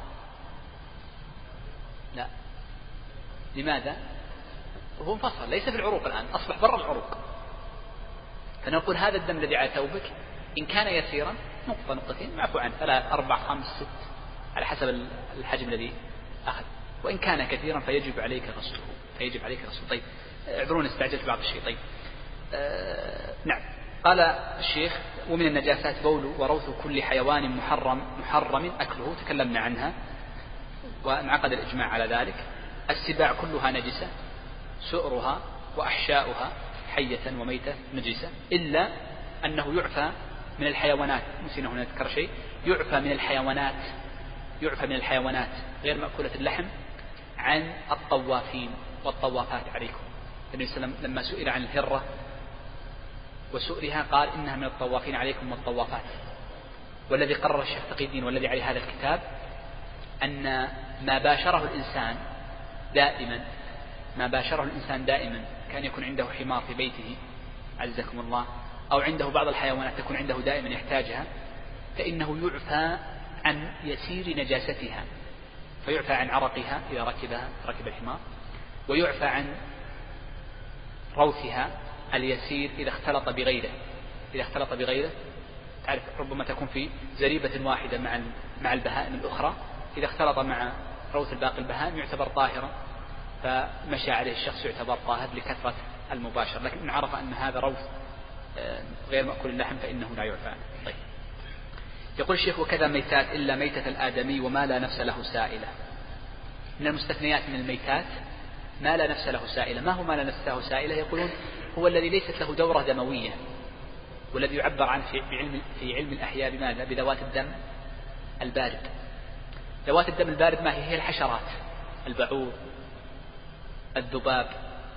لا. لماذا؟ هو انفصل، ليس في العروق الآن، أصبح برا العروق. فنقول هذا الدم الذي على ثوبك إن كان يسيرا نقطة نقطتين معفو عنه، ثلاث أربع خمس ست على حسب الحجم الذي أخذ، وإن كان كثيرا فيجب عليك غسله، فيجب عليك غسله. طيب اعذرون استعجلت بعض الشيء. طيب آه نعم. قال الشيخ: ومن النجاسات بول وروث كل حيوان محرم محرم أكله، تكلمنا عنها وانعقد الإجماع على ذلك. السباع كلها نجسة، سؤرها وأحشاؤها حية وميتة نجسة، إلا أنه يعفى من الحيوانات. نسينا هنا نذكر شيء، يعفى من الحيوانات يعفى من الحيوانات غير مأكولة اللحم عن الطوافين والطوافات عليكم. النبي صلى الله عليه وسلم لما سئل عن الهرة وسؤلها قال: إنها من الطوافين عليكم والطوافات. والذي قرر الشيخ تقي الدين والذي عليه هذا الكتاب أن ما باشره الإنسان دائما ما باشره الإنسان دائما كان يكون عنده حمار في بيته عزكم الله، أو عنده بعض الحيوانات تكون عنده دائما يحتاجها، فإنه يعفى عن يسير نجاستها، فيعفى عن عرقها إذا ركبها ركب الحمار، ويعفى عن روثها اليسير إذا اختلط بغيره إذا اختلط بغيره تعرف ربما تكون في زريبة واحدة مع مع البهائم الأخرى، إذا اختلط مع روث الباقي البهائم يعتبر طاهرا، فمشى عليه الشخص يعتبر طاهر لكثرة المباشر. لكن إن عرف أن هذا روث غير مأكول اللحم فإنه لا يعفى. طيب. يقول الشيخ: وكذا ميتات إلا ميتة الآدمي وما لا نفس له سائلة. من المستثنيات من الميتات ما لا نفس له سائلة. ما هو ما لا نفس له سائلة؟ يقولون هو الذي ليست له دورة دموية، والذي يعبر عنه في علم, في علم الأحياء بماذا؟ بذوات الدم البارد. ذوات الدم البارد ما هي؟ هي الحشرات، البعوض، الذباب،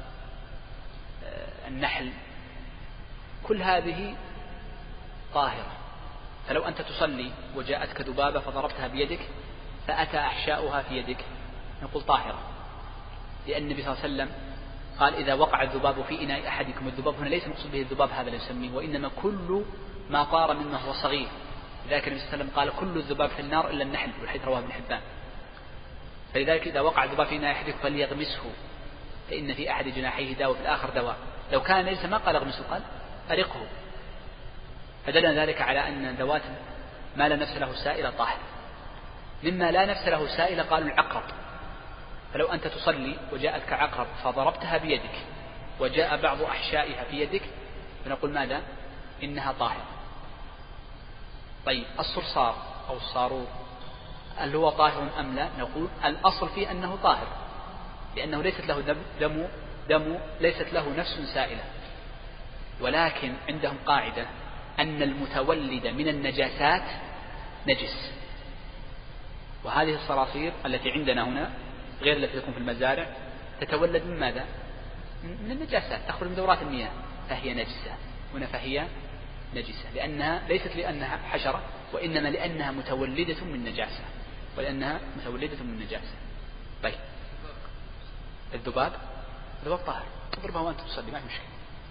النحل، كل هذه طاهرة. فلو أنت تصلي وجاءتك ذبابة فضربتها بيدك فأتى أحشاؤها في يدك نقول طاهرة، لأن النبي صلى الله عليه وسلم قال: إذا وقع الذباب في إناء أحدكم. الذباب هنا ليس مقصود به الذباب هذا اللي نسميه، وإنما كل ما طار مما هو صغير. لذلك النبي صلى الله عليه وسلم قال: كل الذباب في النار إلا النحل، والحديث رواه ابن حبان. فلذلك إذا وقع الذباب في إناء أحدكم فليغمسه، فإن في أحد جناحيه داء وفي الآخر دواء. لو كان ليس ما قال اغمسه، قال أرقه. فدل ذلك على أن ذوات ما لا نفس له سائلة طاهر. مما لا نفس له سائلة قالوا العقرب. فلو أنت تصلي وجاءتك عقرب فضربتها بيدك وجاء بعض أحشائها في يدك فنقول ماذا؟ إنها طاهرة. طيب الصرصار أو الصاروخ هل هو طاهر أم لا؟ نقول الأصل فيه أنه طاهر، لأنه ليست له دم, دم, دم ليست له نفس سائلة. ولكن عندهم قاعدة أن المتولد من النجاسات نجس. وهذه الصراصير التي عندنا هنا غير التي تكون في المزارع تتولد من ماذا؟ من النجاسات، تخرج من دورات المياه، فهي نجسة هنا، فهي نجسة لأنها ليست لأنها حشرة، وإنما لأنها متولدة من نجاسة ولأنها متولدة من نجاسة. طيب الذباب الذباب طاهر، تضربها وأنت تصلي ما في مشكلة.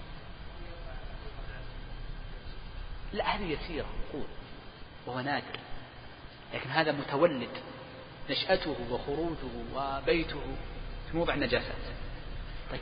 لا هذه يسيرة نقول وهو نادر، لكن هذا متولد نشأته وخروجه وبيته في موضع النجاسات. طيب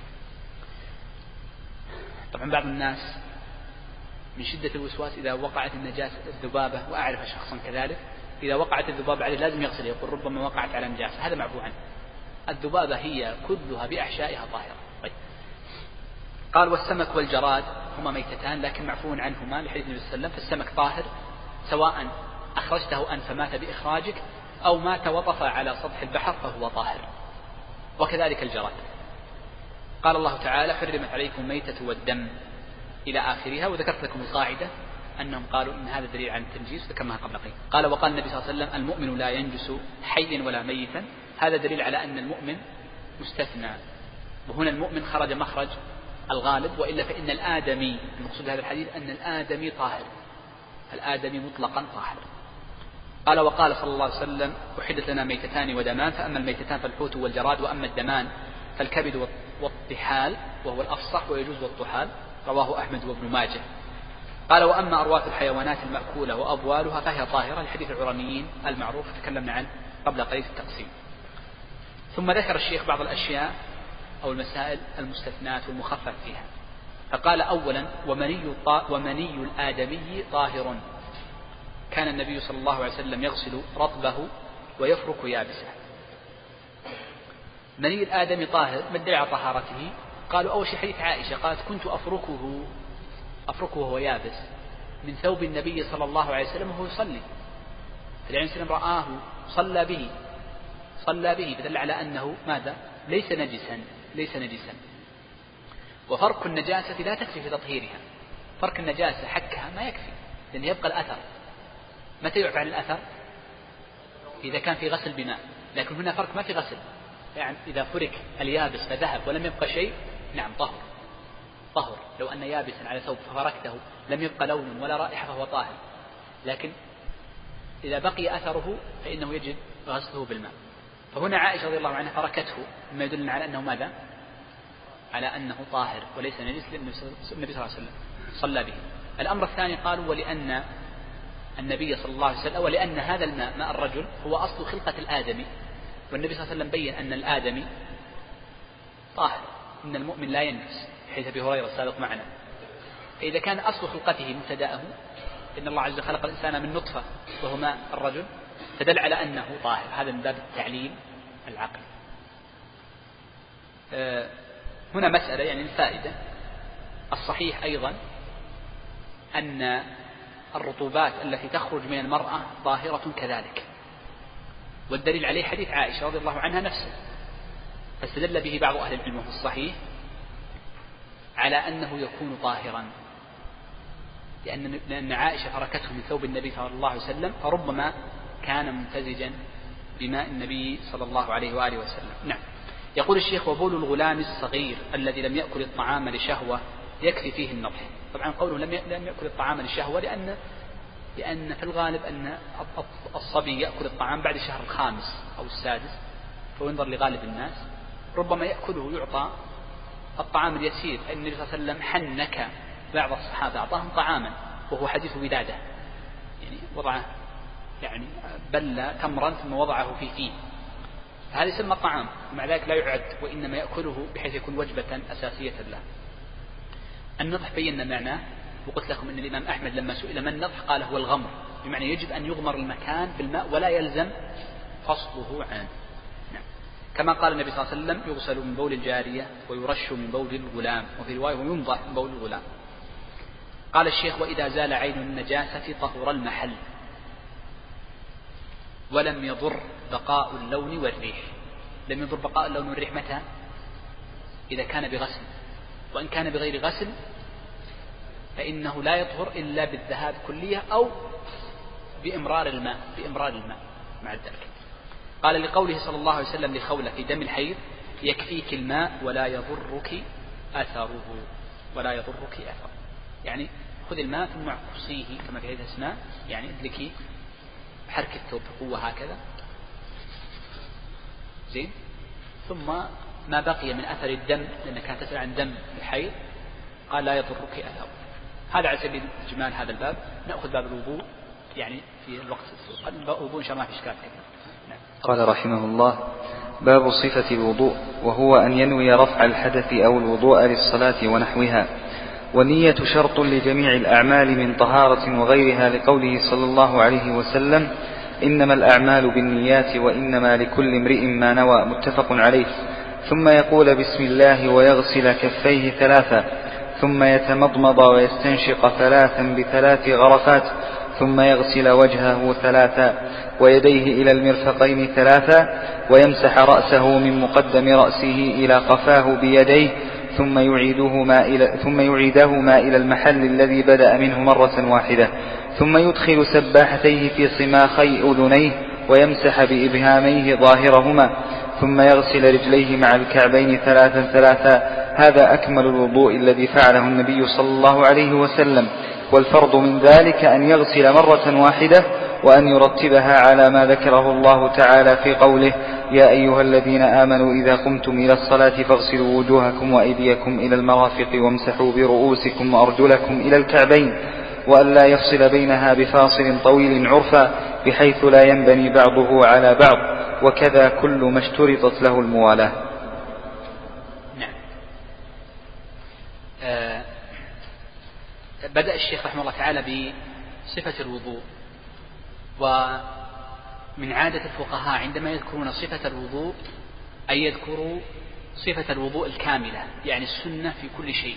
طبعا بعض الناس من شدة الوسواس إذا وقعت النجاسة الذبابة، وأعرف شخصا كذلك إذا وقعت الذبابة عليه لازم يغسل، يقول ربما وقعت على نجاسة. هذا معفو عنه، الذبابة هي كلها بأحشائها طاهرة. طيب قال: والسمك والجراد هما ميتتان لكن معفو عنهما لحديث النبي صلى الله عليه وسلم. فالسمك طاهر سواء أخرجته أنت فمات بإخراجك أو مات وطفى على سطح البحر فهو طاهر، وكذلك الجراد. قال الله تعالى: حرمت عليكم ميتة والدم إلى آخرها. وذكرت لكم القاعدة أنهم قالوا إن هذا دليل عن التنجيس، ذكرناها قبل قليل. قال: وقال النبي صلى الله عليه وسلم: المؤمن لا ينجس حيا ولا ميتا. هذا دليل على أن المؤمن مستثنى، وهنا المؤمن خرج مخرج الغالب، وإلا فإن الآدمي، المقصود هذا الحديث أن الآدمي طاهر، الآدمي مطلقا طاهر. قال: وقال صلى الله عليه وسلم: أحدث لنا ميتتان ودمان، فأما الميتتان فالحوت والجراد، وأما الدمان فالكبد والطحال وهو الأفصح ويجوز والطحال. رواه أحمد وابن ماجه. قال: وأما أرواث الحيوانات المأكولة وأبوالها فهي طاهرة لحديث العرانيين المعروف تكلمنا عنه قبل قليل التقسيم. ثم ذكر الشيخ بعض الأشياء أو المسائل المستثنات والمخفف فيها. فقال: أولا: ومني, ومني الآدمي طاهر. كان النبي صلى الله عليه وسلم يغسل رطبه ويفرك يابسه. مني الآدمي طاهر، ما الدليل على طهارته؟ قالوا: أول شيء حديث عائشة قالت: كنت أفركه أفركه وهو يابس من ثوب النبي صلى الله عليه وسلم وهو يصلي. فالنبي صلى الله عليه وسلم رآه صلى به صلى به فدل على أنه ماذا؟ ليس نجسا ليس نجسا. وفرك النجاسة لا تكفي في تطهيرها، فرك النجاسة حكها ما يكفي، لأن يبقى الأثر. متى يعفى عن الأثر؟ إذا كان في غسل بماء، لكن هنا فرك ما في غسل، يعني إذا فرك اليابس فذهب ولم يبقى شيء نعم طهر طهر. لو أن يابسا على ثوب ففركته لم يبقى لون ولا رائحة فهو طاهر، لكن إذا بقي أثره فإنه يجب غسله بالماء. فهنا عائشة رضي الله عنها فركته، مما يدل على أنه ماذا؟ على أنه طاهر وليس نجس، لأن النبي صلى الله عليه وسلم صلى به. الأمر الثاني قالوا: ولأن النبي صلى الله عليه وسلم، ولأن هذا الماء ماء الرجل هو أصل خلقة الآدمي، والنبي صلى الله عليه وسلم بين أن الآدمي طاهر، إن المؤمن لا ينجس، حيث أبي هريرة السابق معنا. فإذا كان أصل خلقته مبتدأه إن الله عز وجل خلق الإنسان من نطفة وهو ماء الرجل، فدل على أنه طاهر. هذا من باب التعليل العقلي. أه هنا مسألة يعني الفائدة. الصحيح أيضا أن الرطوبات التي تخرج من المرأة طاهرة كذلك، والدليل عليه حديث عائشة رضي الله عنها نفسه، فاستدل به بعض أهل العلم في الصحيح على أنه يكون طاهرا، لأن لأن عائشة تركته من ثوب النبي صلى الله عليه وسلم، فربما كان ممتزجا بماء النبي صلى الله عليه وآله وسلم. نعم. يقول الشيخ: وبول الغلام الصغير الذي لم يأكل الطعام لشهوة يكفي فيه النضح. طبعا قوله لم لم يأكل الطعام لشهوة لأن لأن في الغالب أن الصبي يأكل الطعام بعد الشهر الخامس أو السادس، فينظر لغالب الناس، ربما يأكله يعطى الطعام اليسير. النبي صلى الله عليه وسلم حنك بعض الصحابة أعطاهم طعاما وهو حديث ولادة، يعني وضعه يعني بل تمرا ثم وضعه في فيه، هذا يسمى طعام، ومع ذلك لا يعد، وإنما يأكله بحيث يكون وجبة أساسية له. النضح بينا معناه، وقلت لكم أن الإمام أحمد لما سئل ما النضح قال هو الغمر، بمعنى يجب أن يغمر المكان بالماء ولا يلزم فصله عنه. نعم. كما قال النبي صلى الله عليه وسلم: يغسل من بول الجارية ويرش من بول الغلام، وفي رواية وينضح من بول الغلام. قال الشيخ: وإذا زال عين النجاسة طهر المحل ولم يضر بقاء اللون والريح. لم يضر بقاء اللون والريح متى؟ إذا كان بغسل، وإن كان بغير غسل فإنه لا يطهر إلا بالذهاب كلية أو بإمرار الماء بإمرار الماء مع الدلك. قال لقوله صلى الله عليه وسلم لخولة في دم الحيض: يكفيك الماء ولا يضرك أثره. ولا يضرك أثره يعني خذ الماء ثم اعصيه كما في هذه الأسماء، يعني ادلكي حركة الثوب بقوة هكذا زين، ثم ما بقي من أثر الدم، لأنك كانت تسأل عن دم الحيض، قال لا يضرك أثره. هذا على سبيل إجمال هذا الباب. نأخذ باب الوضوء يعني في الوقت الوضوء إن شاء الله ما في إشكال كثير. نعم. قال رحمه الله: باب صفة الوضوء، وهو أن ينوي رفع الحدث أو الوضوء للصلاة ونحوها. والنية شرط لجميع الأعمال من طهارة وغيرها، لقوله صلى الله عليه وسلم: إنما الأعمال بالنيات وإنما لكل امرئ ما نوى، متفق عليه. ثم يقول بسم الله ويغسل كفيه ثلاثا، ثم يتمضمض ويستنشق ثلاثا بثلاث غرفات، ثم يغسل وجهه ثلاثا ويديه إلى المرفقين ثلاثا، ويمسح رأسه من مقدم رأسه إلى قفاه بيديه، ثم يعيدهما إلى, ثم يعيدهما إلى المحل الذي بدأ منه مرة واحدة، ثم يدخل سباحتيه في صماخي أذنيه ويمسح بإبهاميه ظاهرهما، ثم يغسل رجليه مع الكعبين ثلاثا ثلاثا. هذا أكمل الوضوء الذي فعله النبي صلى الله عليه وسلم. والفرض من ذلك أن يغسل مرة واحدة، وأن يرتبها على ما ذكره الله تعالى في قوله: يا أيها الذين آمنوا إذا قمتم إلى الصلاة فاغسلوا وجوهكم وأيديكم إلى المرافق وامسحوا برؤوسكم وأرجلكم إلى الكعبين، وأن لا يفصل بينها بفاصل طويل عرفا بحيث لا ينبني بعضه على بعض، وكذا كل ما اشترطت له الموالاة. نعم. آه بدأ الشيخ رحمه الله تعالى بصفة الوضوء. ومن عادة الفقهاء عندما يذكرون صفة الوضوء أن يذكروا صفة الوضوء الكاملة، يعني السنة في كل شيء،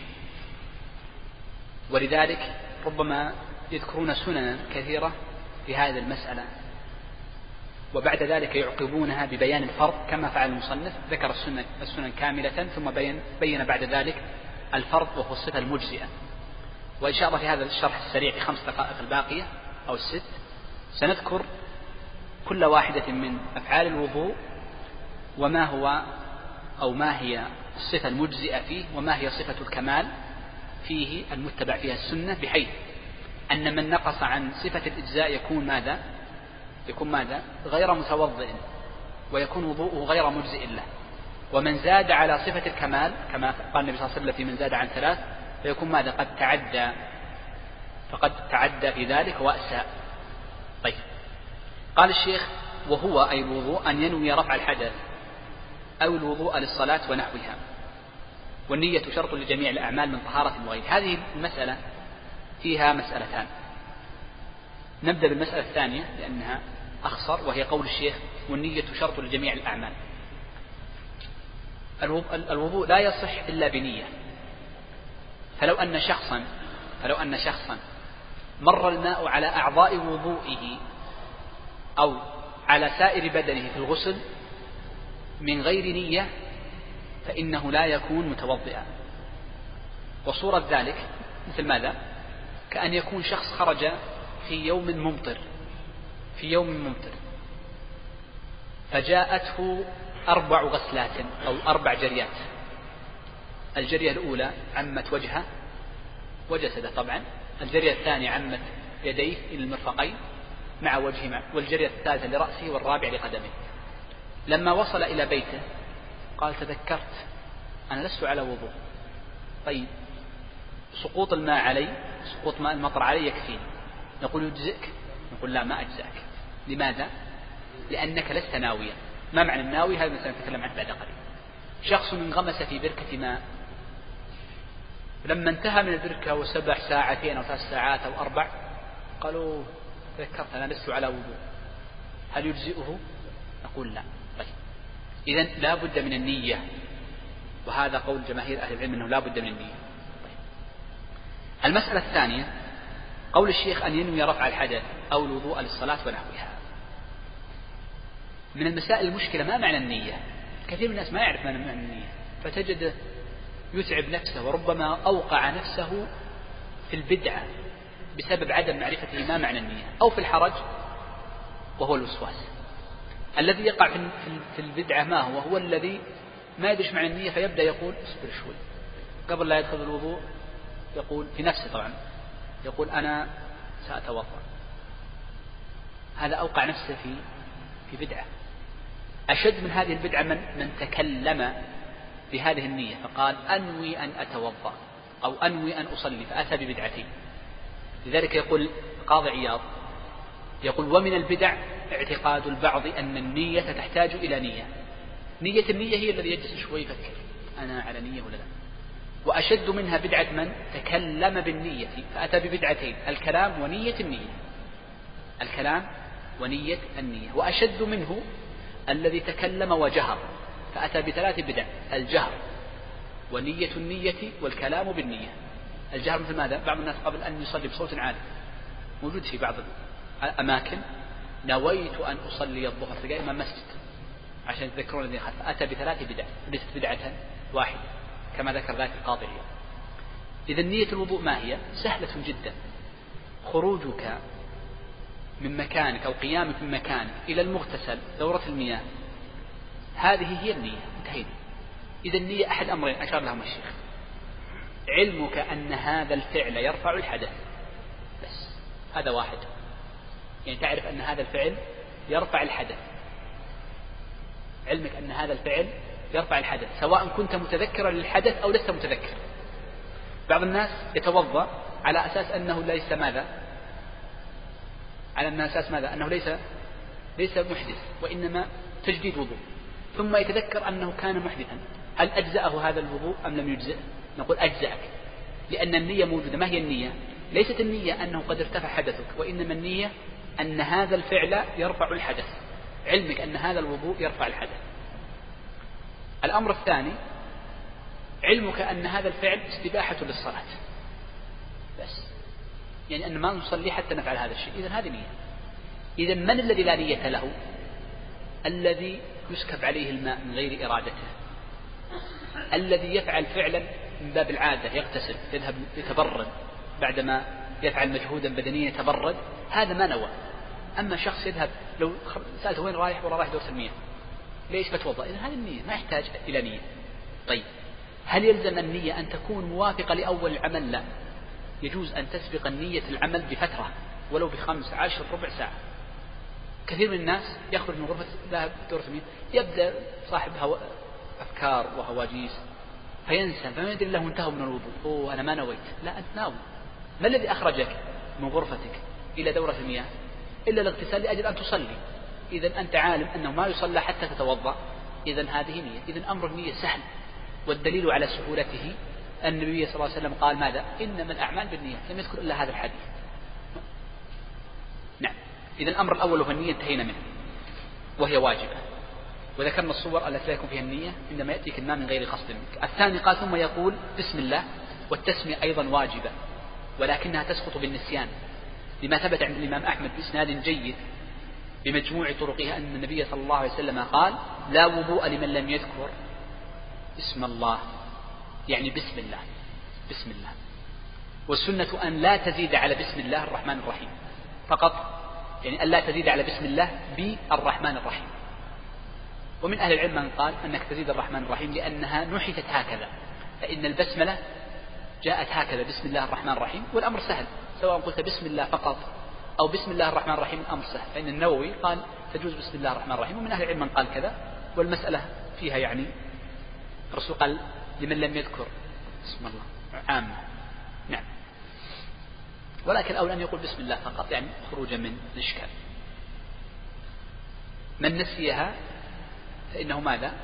ولذلك ربما يذكرون سننا كثيرة في هذه المسألة، وبعد ذلك يعقبونها ببيان الفرض كما فعل المصنف، ذكر السنة السنن كاملة ثم بين, بين بعد ذلك الفرض وهو الصفة المجزئة. وإن شاء الله في هذا الشرح السريع في خمس دقائق الباقية أو الست سنذكر كل واحدة من أفعال الوضوء وما هو أو ما هي الصفة المجزئة فيه، وما هي صفة الكمال فيه المتبع فيها السنة، بحيث أن من نقص عن صفة الإجزاء يكون ماذا؟ يكون ماذا؟ غير متوضئ، ويكون وضوءه غير مجزئ له. ومن زاد على صفة الكمال كما قال النبي صلى الله عليه وسلم في من زاد عن ثلاث فيكون ماذا؟ قد تعدى، فقد تعدى في ذلك وأساء. طيب، قال الشيخ: وهو أي الوضوء أن ينوي رفع الحدث أو الوضوء للصلاة ونحوها، والنية شرط لجميع الأعمال من طهارة وغير. هذه المسألة فيها مسألتان. نبدأ بالمسألة الثانية لأنها أخصر، وهي قول الشيخ: والنية شرط لجميع الأعمال. الوضوء لا يصح إلا بنية. فلو أن شخصا فلو أن شخصا مر الماء على أعضاء وضوئه أو على سائر بدنه في الغسل من غير نية فإنه لا يكون متوضئا. وصورة ذلك مثل ماذا؟ كأن يكون شخص خرج في يوم ممطر في يوم ممطر فجاءته أربع غسلات أو أربع جريات. الجرية الأولى عمت وجهه وجسده طبعا، الجرية الثانية عمت يديه إلى المرفقين مع وجهه معه، والجرية الثالثة لرأسه والرابع لقدمه. لما وصل إلى بيته قال: تذكرت أنا لست على وضوء. طيب، سقوط الماء علي سقوط ماء المطر علي يكفيني. نقول: يجزئك؟ نقول: لا، ما أجزأك. لماذا؟ لأنك لست ناويا. ما معنى الناوي؟ هذا مثلا نتكلم عنه بعد قليل. شخص انغمس في بركة ماء، لما انتهى من البركة وسبح ساعتين أو ثلاث ساعات أو أربع قالوا: تذكرت أنا لست على وضوء، هل يجزئه؟ نقول: لا. طيب، إذن لا بد من النية، وهذا قول جماهير أهل العلم أنه لا بد من النية. طيب. المسألة الثانية قول الشيخ: أن ينوي رفع الحدث أو الوضوء للصلاة ونحوها. من المسائل المشكلة ما معنى النية. كثير من الناس ما يعرف ما معنى النية، فتجد يتعب نفسه وربما أوقع نفسه في البدعة بسبب عدم معرفته ما معنى النية، أو في الحرج وهو الوسواس. الذي يقع في البدعة ما هو؟ هو الذي ما يدري معنى النية، فيبدأ يقول: اصبر شوي، قبل لا يدخل الوضوء يقول في نفسه طبعا يقول: أنا سأتوضأ. هذا أوقع نفسه في في بدعة. أشد من هذه البدعة من من تكلم بهذه النية فقال: أنوي أن أتوضأ أو أنوي أن أصلي، فأتى ببدعتين. لذلك يقول قاضي عياض يقول: ومن البدع اعتقاد البعض أن النية تحتاج إلى نية. نية النية هي الذي يجلس شوي يفكر أنا على نية ولا لا. وأشد منها بدعة من تكلم بالنية فأتى ببدعتين: الكلام ونية النية الكلام ونية النية. وأشد منه الذي تكلم وجهر فأتى بثلاث بدع: الجهر ونية النية والكلام بالنية. الجهر مثل ماذا؟ بعض الناس قبل أن يصلي بصوت عالي، موجود في بعض الأماكن: نويت أن أصلي الظهر في إمام مسجد، عشان يتذكرون الذين خلف. أتى بثلاث بدع، ليست بدعة واحدة كما ذكر ذلك القاضي عياض. إذا نية الوضوء ما هي؟ سهلة جدا. خروجك من مكانك أو قيامك من مكانك إلى المغتسل دورة المياه، هذه هي النية، انتهينا. إذا النية أحد أمرين أشار لهم الشيخ: علمك أن هذا الفعل يرفع الحدث، بس هذا واحد، يعني تعرف أن هذا الفعل يرفع الحدث. علمك أن هذا الفعل يرفع الحدث سواء كنت متذكرا للحدث أو لست متذكر. بعض الناس يتوضأ على أساس أنه ليس ماذا على أن أساس ماذا أنه ليس ليس محدث وإنما تجديد وضوء، ثم يتذكر أنه كان محدثا. هل أجزأه هذا الوضوء أم لم يجزئه؟ نقول: أجزأك، لأن النية موجودة. ما هي النية؟ ليست النية أنه قد ارتفع حدثك، وإنما النية أن هذا الفعل يرفع الحدث. علمك أن هذا الوضوء يرفع الحدث. الأمر الثاني: علمك أن هذا الفعل استباحة للصلاة، بس يعني أن ما نصلي حتى نفعل هذا الشيء. إذن هذه نية. إذن من الذي لا نية له؟ الذي يسكب عليه الماء من غير إرادته، الذي يفعل فعلا من باب العادة، يغتسل، يذهب يتبرد بعدما يفعل مجهودا بدنيا يتبرد، هذا ما نوى. أما شخص يذهب لو سألته وين رايح؟ والله رايح دورة المياه. ليش؟ بتوضأ. إذن هذه النية، ما يحتاج إلى نية. طيب، هل يلزم النية أن تكون موافقة لأول العمل؟ لا، يجوز أن تسبق النية العمل بفترة ولو بخمس عشر ربع ساعة. كثير من الناس يخرج من غرفة ذهب دورة المياه، يبدأ صاحب هو أفكار وهواجيس فينسى، فما يدري له انتهى من الوضوء. أوه أنا ما نويت. لا، أنت ناوي. ما الذي أخرجك من غرفتك إلى دورة المياه؟ إلا الاغتسال لأجل أن تصلي. إذن أنت عالم أنه ما يصلى حتى تتوضأ، إذن هذه نية. إذن أمر النية سهل، والدليل على سهولته النبي صلى الله عليه وسلم قال ماذا؟ إنما الأعمال بالنية، لم يذكر إلا هذا الحديث. نعم. إذن الأمر الأول وهو النية انتهينا منه، وهي واجبة، وذكرنا الصور التي لا يكون فيها النية عندما يأتيك الماء من غير قصد منك. الثاني قال ثم يقول بسم الله، والتسمية أيضا واجبة ولكنها تسقط بالنسيان، لما ثبت عند الإمام أحمد بإسناد جيد بمجموع طرقها أن النبي صلى الله عليه وسلم قال لا وضوء لمن لم يذكر اسم الله، يعني بسم الله. بسم الله. والسنة أن لا تزيد على بسم الله الرحمن الرحيم فقط، يعني أن لا تزيد على بسم الله بالرحمن الرحيم. ومن أهل العلم من قال أنك تزيد الرحمن الرحيم لأنها نحتت هكذا، فإن البسملة جاءت هكذا بسم الله الرحمن الرحيم، والأمر سهل سواء قلت بسم الله فقط أو بسم الله الرحمن الرحيم الأمر سهل، فإن النووي قال تجوز بسم الله الرحمن الرحيم، ومن أهل العلم من قال كذا، والمسألة فيها يعني الرسول قال لمن لم يذكر اسم الله عامة. نعم. ولكن الأولى أن يقول بسم الله فقط، يعني خروجا من الإشكال. من نسيها فإنه ماذا؟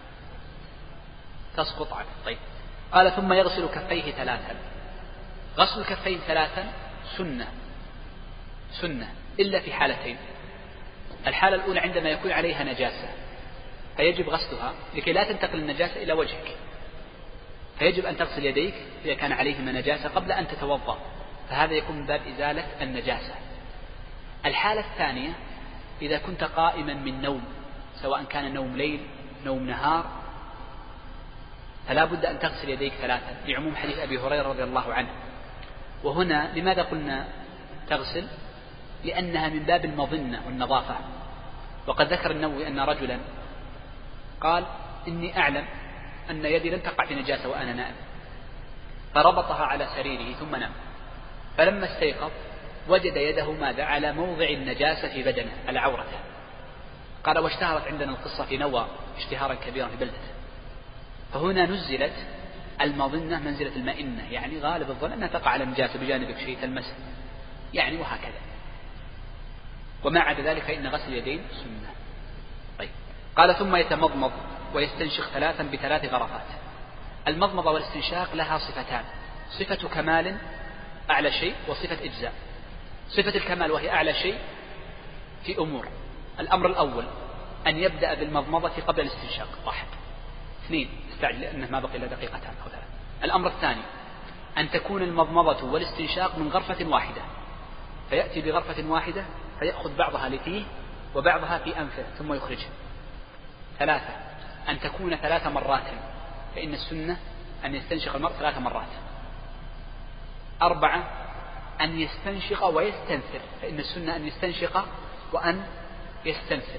تسقط عنه. طيب. قال ثم يغسل كفيه ثلاثا. غسل الكفين ثلاثا سنة سنة إلا في حالتين. الحالة الأولى عندما يكون عليها نجاسة فيجب غسلها لكي لا تنتقل النجاسة إلى وجهك، فيجب أن تغسل يديك إذا كان عليهما نجاسة قبل أن تتوضأ، فهذا يكون من باب إزالة النجاسة. الحالة الثانية إذا كنت قائما من نوم، سواء كان نوم ليل نوم نهار، فلا بد أن تغسل يديك ثلاثا لعموم حديث أبي هريرة رضي الله عنه. وهنا لماذا قلنا تغسل؟ لأنها من باب المظنة والنظافة. وقد ذكر النووي أن رجلا قال إني أعلم أن يدي لن تقع في نجاسة وأنا نائم، فربطها على سريره ثم نام، فلما استيقظ وجد يده ماذا؟ على موضع النجاسة في بدنه، على عورته. قال واشتهرت عندنا القصة في نوى اشتهارا كبيرا في بلدته. فهنا نزلت المظنة منزلة المئنة، يعني غالب الظن أنها تقع على النجاسة بجانبك شيء تلمسه، يعني وهكذا. وما عدا ذلك فإن غسل اليدين سنة. طيب. قال ثم يتمضمض ويستنشق ثلاثا بثلاث غرفات. المضمضة والاستنشاق لها صفتان: صفة كمال أعلى شيء، وصفة إجزاء. صفة الكمال وهي أعلى شيء في أمور: الأمر الأول أن يبدأ بالمضمضة قبل الاستنشاق، واحد. اثنين، استعجل لأنه ما بقي إلا دقيقتان أو ثلاث. الأمر الثاني أن تكون المضمضة والاستنشاق من غرفة واحدة، فيأتي بغرفة واحدة فيأخذ بعضها لفيه وبعضها في أنفه ثم يخرجه. ثلاثة، أن تكون ثلاث مرات، فإن السنة أن يستنشق المرء ثلاث مرات. أربعة، أن يستنشق ويستنثر، فإن السنة أن يستنشق وأن يستنثر.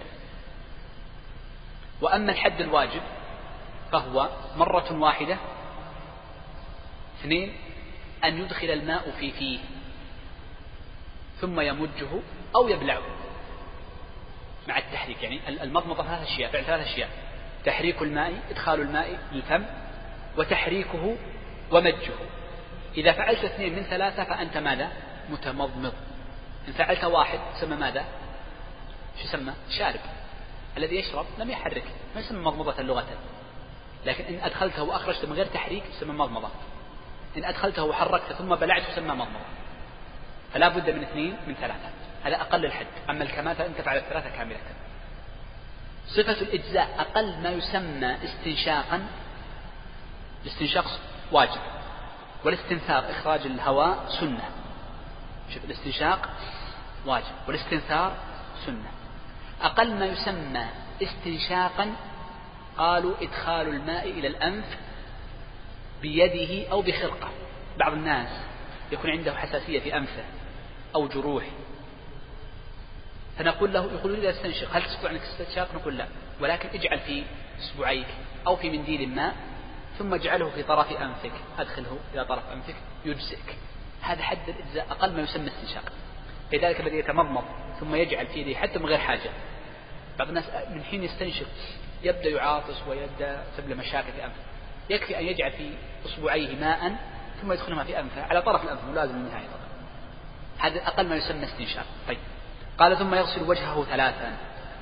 وأما الحد الواجب فهو مرة واحدة. اثنين، أن يدخل الماء في فيه ثم يمجه أو يبلعه مع التحريك، يعني المضمضة ثلاث أشياء، فعل ثلاث أشياء: تحريك الماء، إدخال الماء للفم، وتحريكه ومجه. إذا فعلت اثنين من ثلاثة فأنت ماذا؟ متمضمض. إن فعلت واحد تسمى ماذا؟ شو يسمى؟ شارب. الذي يشرب لم يحرك ما يسمى مضمضة لغة، لكن إن أدخلته وأخرجته من غير تحريك يسمى مضمضة. إن أدخلته وحركته ثم بلعته يسمى مضمضة. فلا بد من اثنين من ثلاثة، هذا أقل الحد. أما الكمال فأنت فعل الثلاثة كاملة. صفة الإجزاء أقل ما يسمى استنشاقا. الاستنشاق واجب، والاستنثار إخراج الهواء سنة. شوف، الاستنشاق واجب والاستنثار سنة. أقل ما يسمى استنشاقا قالوا إدخال الماء إلى الأنف بيده أو بخرقة. بعض الناس يكون عنده حساسية في أنفه أو جروح، فنقول له، يقول لي لا استنشق، هل تستطيع أنك تستنشق؟ نقول لا، ولكن اجعل في إصبعيك أو في منديل ماء ثم اجعله في طرف أنفك، أدخله إلى طرف أنفك يجزئك. هذا حد الإجزاء، أقل ما يسمى استنشاق. لذلك الذي يتمضمض ثم يجعل في يده حتى من غير حاجة. بعض الناس من حين يستنشق يبدأ يعاطس ويبدأ تسبب له مشاكل في أنفه، يكفي أن يجعل في إصبعيه ماء ثم يدخلها في أنفه على طرف الأنف، ملازم النهاية طبعا. هذا أقل ما يسمى استنشاق. طيب. قال ثم يغسل وجهه ثلاثا.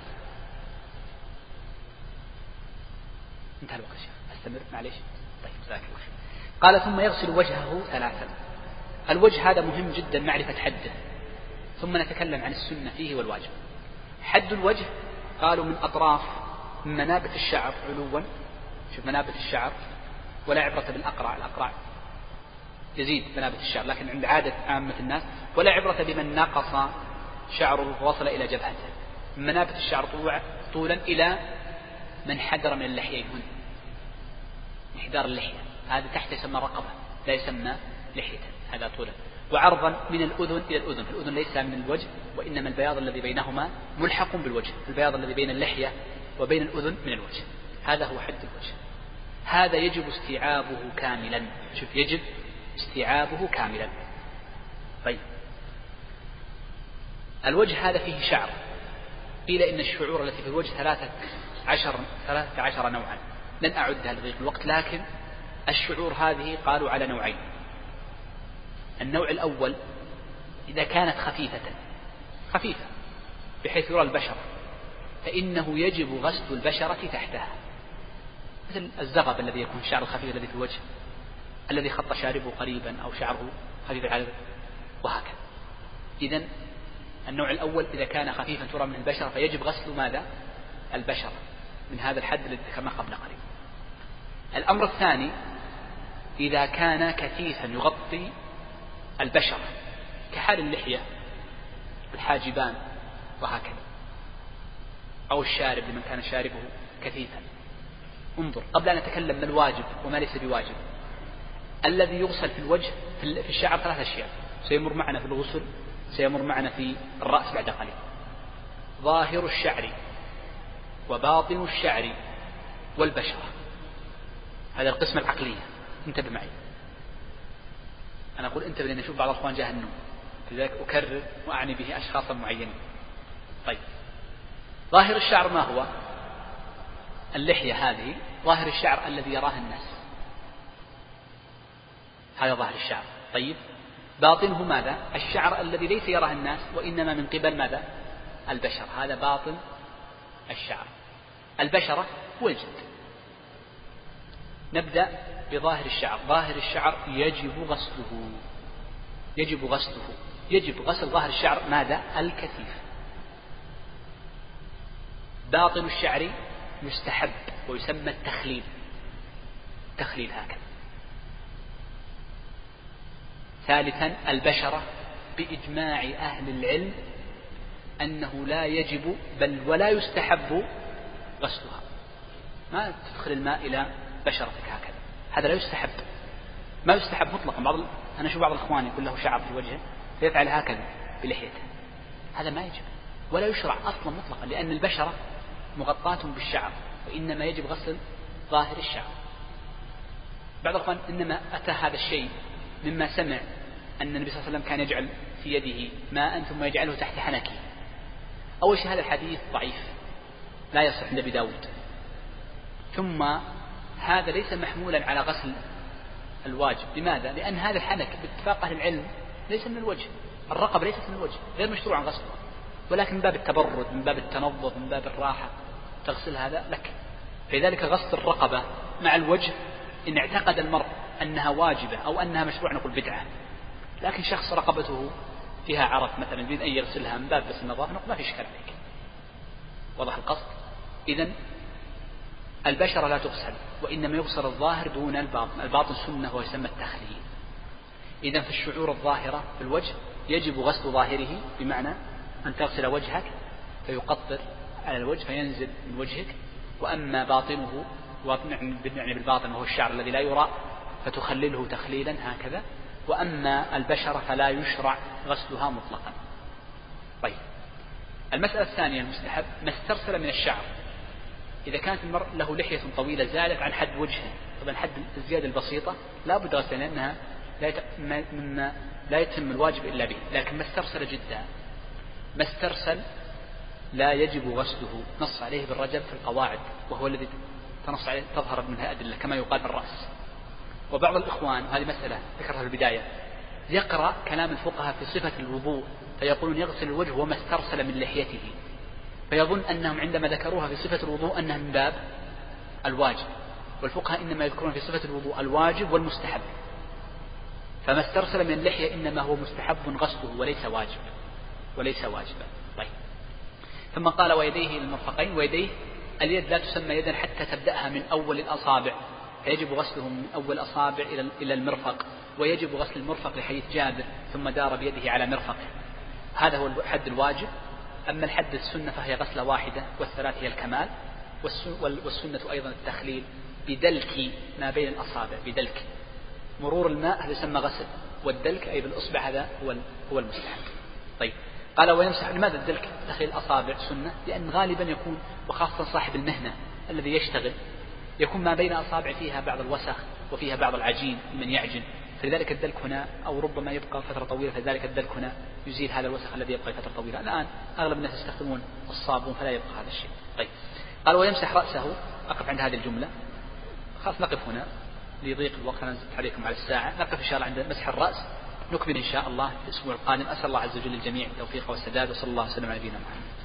انتهى الوقت شيخ، استمر معليش. طيب جزاك الله خير. قال ثم يغسل وجهه ثلاثا. الوجه هذا مهم جدا معرفة حده، ثم نتكلم عن السنة فيه والواجب. حد الوجه قالوا من أطراف من منابت الشعر علوا، شوف منابت الشعر، ولا عبرة بالأقرع، الأقرع يزيد منابت الشعر، لكن عند عادة عامة الناس ولا عبرة بمن نقص شعره ووصل إلى جبهته. من منابت الشعر طولا إلى من حدر من اللحيين هنا، محدار اللحية، هذا تحت يسمى رقبة لا يسمى لحية، هذا طولا. وعرضا من الأذن إلى الأذن، الأذن ليس من الوجه وإنما البياض الذي بينهما ملحق بالوجه، البياض الذي بين اللحية وبين الأذن من الوجه، هذا هو حد الوجه. هذا يجب استيعابه كاملا، شوف يجب استيعابه كاملا. طيب الوجه هذا فيه شعر، قيل إن الشعور التي في الوجه ثلاثة عشر, ثلاثة عشر نوعا، لن أعدها لضيق الوقت، لكن الشعور هذه قالوا على نوعين. النوع الأول إذا كانت خفيفة خفيفة بحيث يرى البشرة، فإنه يجب غسل البشرة تحتها، مثل الزغب الذي يكون الشعر الخفيف الذي في الوجه، الذي خط شاربه قريبا أو شعره خفيف العدد وهكذا. إذن النوع الأول إذا كان خفيفا ترى من البشرة فيجب غسل ماذا؟ البشرة، من هذا الحد الذي ذكرناه قبل قليل. الأمر الثاني إذا كان كثيفا يغطي البشرة كحال اللحية، الحاجبان وهكذا، أو الشارب لمن كان شاربه كثيفا. انظر قبل أن نتكلم ما الواجب وما ليس بواجب. الذي يغسل في الوجه في الشعر ثلاث أشياء سيمر معنا في الغسل، سيمر معنا في الرأس بعد قليل: ظاهر الشعر وباطن الشعر والبشرة. هذا القسم العقلية، انتبه معي. أنا أقول انتبه لأن أشوف بعض الأخوان جاهلون، لذلك أكرر وأعني به أشخاصا معينين. طيب ظاهر الشعر ما هو؟ اللحية هذه ظاهر الشعر الذي يراه الناس، هذا ظاهر الشعر. طيب باطنه ماذا؟ الشعر الذي ليس يراه الناس وإنما من قبل ماذا؟ البشر، هذا باطن الشعر. البشرة هو الجلد. نبدأ بظاهر الشعر. ظاهر الشعر يجب غسله، يجب غسله يجب غسل ظاهر الشعر ماذا؟ الكثيف. باطن الشعر يستحب ويسمى التخليل، تخليل هكذا. ثالثا البشرة بإجماع أهل العلم أنه لا يجب بل ولا يستحب غسلها، ما تدخل الماء إلى بشرتك هكذا، هذا لا يستحب، ما يستحب مطلقا. بعض أنا أشوف بعض الإخوان يكون له شعر في وجهه فيفعل هكذا بلحيته، هذا ما يجب ولا يشرع أصلا مطلقا، لأن البشرة مغطاة بالشعر وإنما يجب غسل ظاهر الشعر. بعض الإخوان إنما أتى هذا الشيء مما سمع أن النبي صلى الله عليه وسلم كان يجعل في يده ماء ثم يجعله تحت حنكه. أول شيء هذا الحديث ضعيف لا يصح عند أبي داود، ثم هذا ليس محمولا على غسل الواجب. لماذا؟ لأن هذا الحنك باتفاق أهل العلم ليس من الوجه، الرقبة ليست من الوجه، غير مشروع عن غسلها، ولكن من باب التبرد، من باب التنظف، من باب الراحة تغسل هذا لك. فلذلك غسل الرقبة مع الوجه إن اعتقد المرء أنها واجبة أو أنها مشروع نقول بدعة، لكن شخص رقبته فيها عرق مثلا يريد أن يغسلها من باب بس النظافة نقول ما في إشكال عليك. واضح القصد؟ إذن البشرة لا تغسل وإنما يغسل الظاهر دون الباطن، الباطن سنة ويسمى التخليل. إذن في الشعور الظاهرة في الوجه يجب غسل ظاهره، بمعنى أن تغسل وجهك فيقطر على الوجه فينزل من وجهك، وأما باطنه يعني بالباطن وهو الشعر الذي لا يرى فتخلله تخليلا هكذا، وأما البشرة فلا يشرع غسلها مطلقا. طيب المسألة الثانية المستحب ما استرسل من الشعر. إذا كانت المرء له لحية طويلة زالت عن حد وجهه، طبعا حد الزيادة البسيطة لا بد غسلها لأنها لا يت... مما لا يتم الواجب إلا به، لكن ما استرسل جدا ما استرسل لا يجب غسله، نص عليه بالرجب في القواعد وهو الذي تنص عليه تظهر منها أدلة كما يقال بالرأس. وبعض الإخوان هذه مسألة ذكرها في البداية يقرأ كلام الفقهاء في صفة الوضوء فيقولون يغسل الوجه وما استرسل من لحيته، فيظن أنهم عندما ذكروها في صفة الوضوء أنها من باب الواجب، والفقهاء إنما يذكرون في صفة الوضوء الواجب والمستحب، فما استرسل من اللحية إنما هو مستحب غسله وليس واجب وليس واجبا. طيب. ثم قال ويديه المرفقين، ويديه اليد لا تسمى يدا حتى تبدأها من أول الأصابع، فيجب غسله من أول الأصابع إلى المرفق، ويجب غسل المرفق لحديث جابر ثم دار بيده على مرفقه، هذا هو الحد الواجب. أما الحد السنة فهي غسلة واحدة، والثلاث هي الكمال، والسنة أيضا التخليل بدلك ما بين الأصابع، بدلك مرور الماء هذا يسمى غسل، والدلك أي بالأصبع هذا هو هو المستحب. طيب. قال ويمسح، لماذا الدلك داخل الأصابع سنة؟ لأن غالبا يكون، وخاصة صاحب المهنة الذي يشتغل، يكون ما بين أصابع فيها بعض الوسخ وفيها بعض العجين من يعجن، فلذلك الدلك هنا، أو ربما يبقى فترة طويلة، فلذلك الدلك هنا يزيل هذا الوسخ الذي يبقى فترة طويلة. الآن أغلب الناس يستخدمون الصابون فلا يبقى هذا الشيء. طيب. قال ويمسح رأسه، أقف عند هذه الجملة، خلاص نقف هنا لضيق الوقت، أنا زدت عليكم على الساعة، نقف إن شاء الله عند مسح الرأس، نكمل إن شاء الله في الأسبوع القادم. أسأل الله عز وجل الجميع التوفيق والسداد، وصلى الله وسلم على نبينا محمد.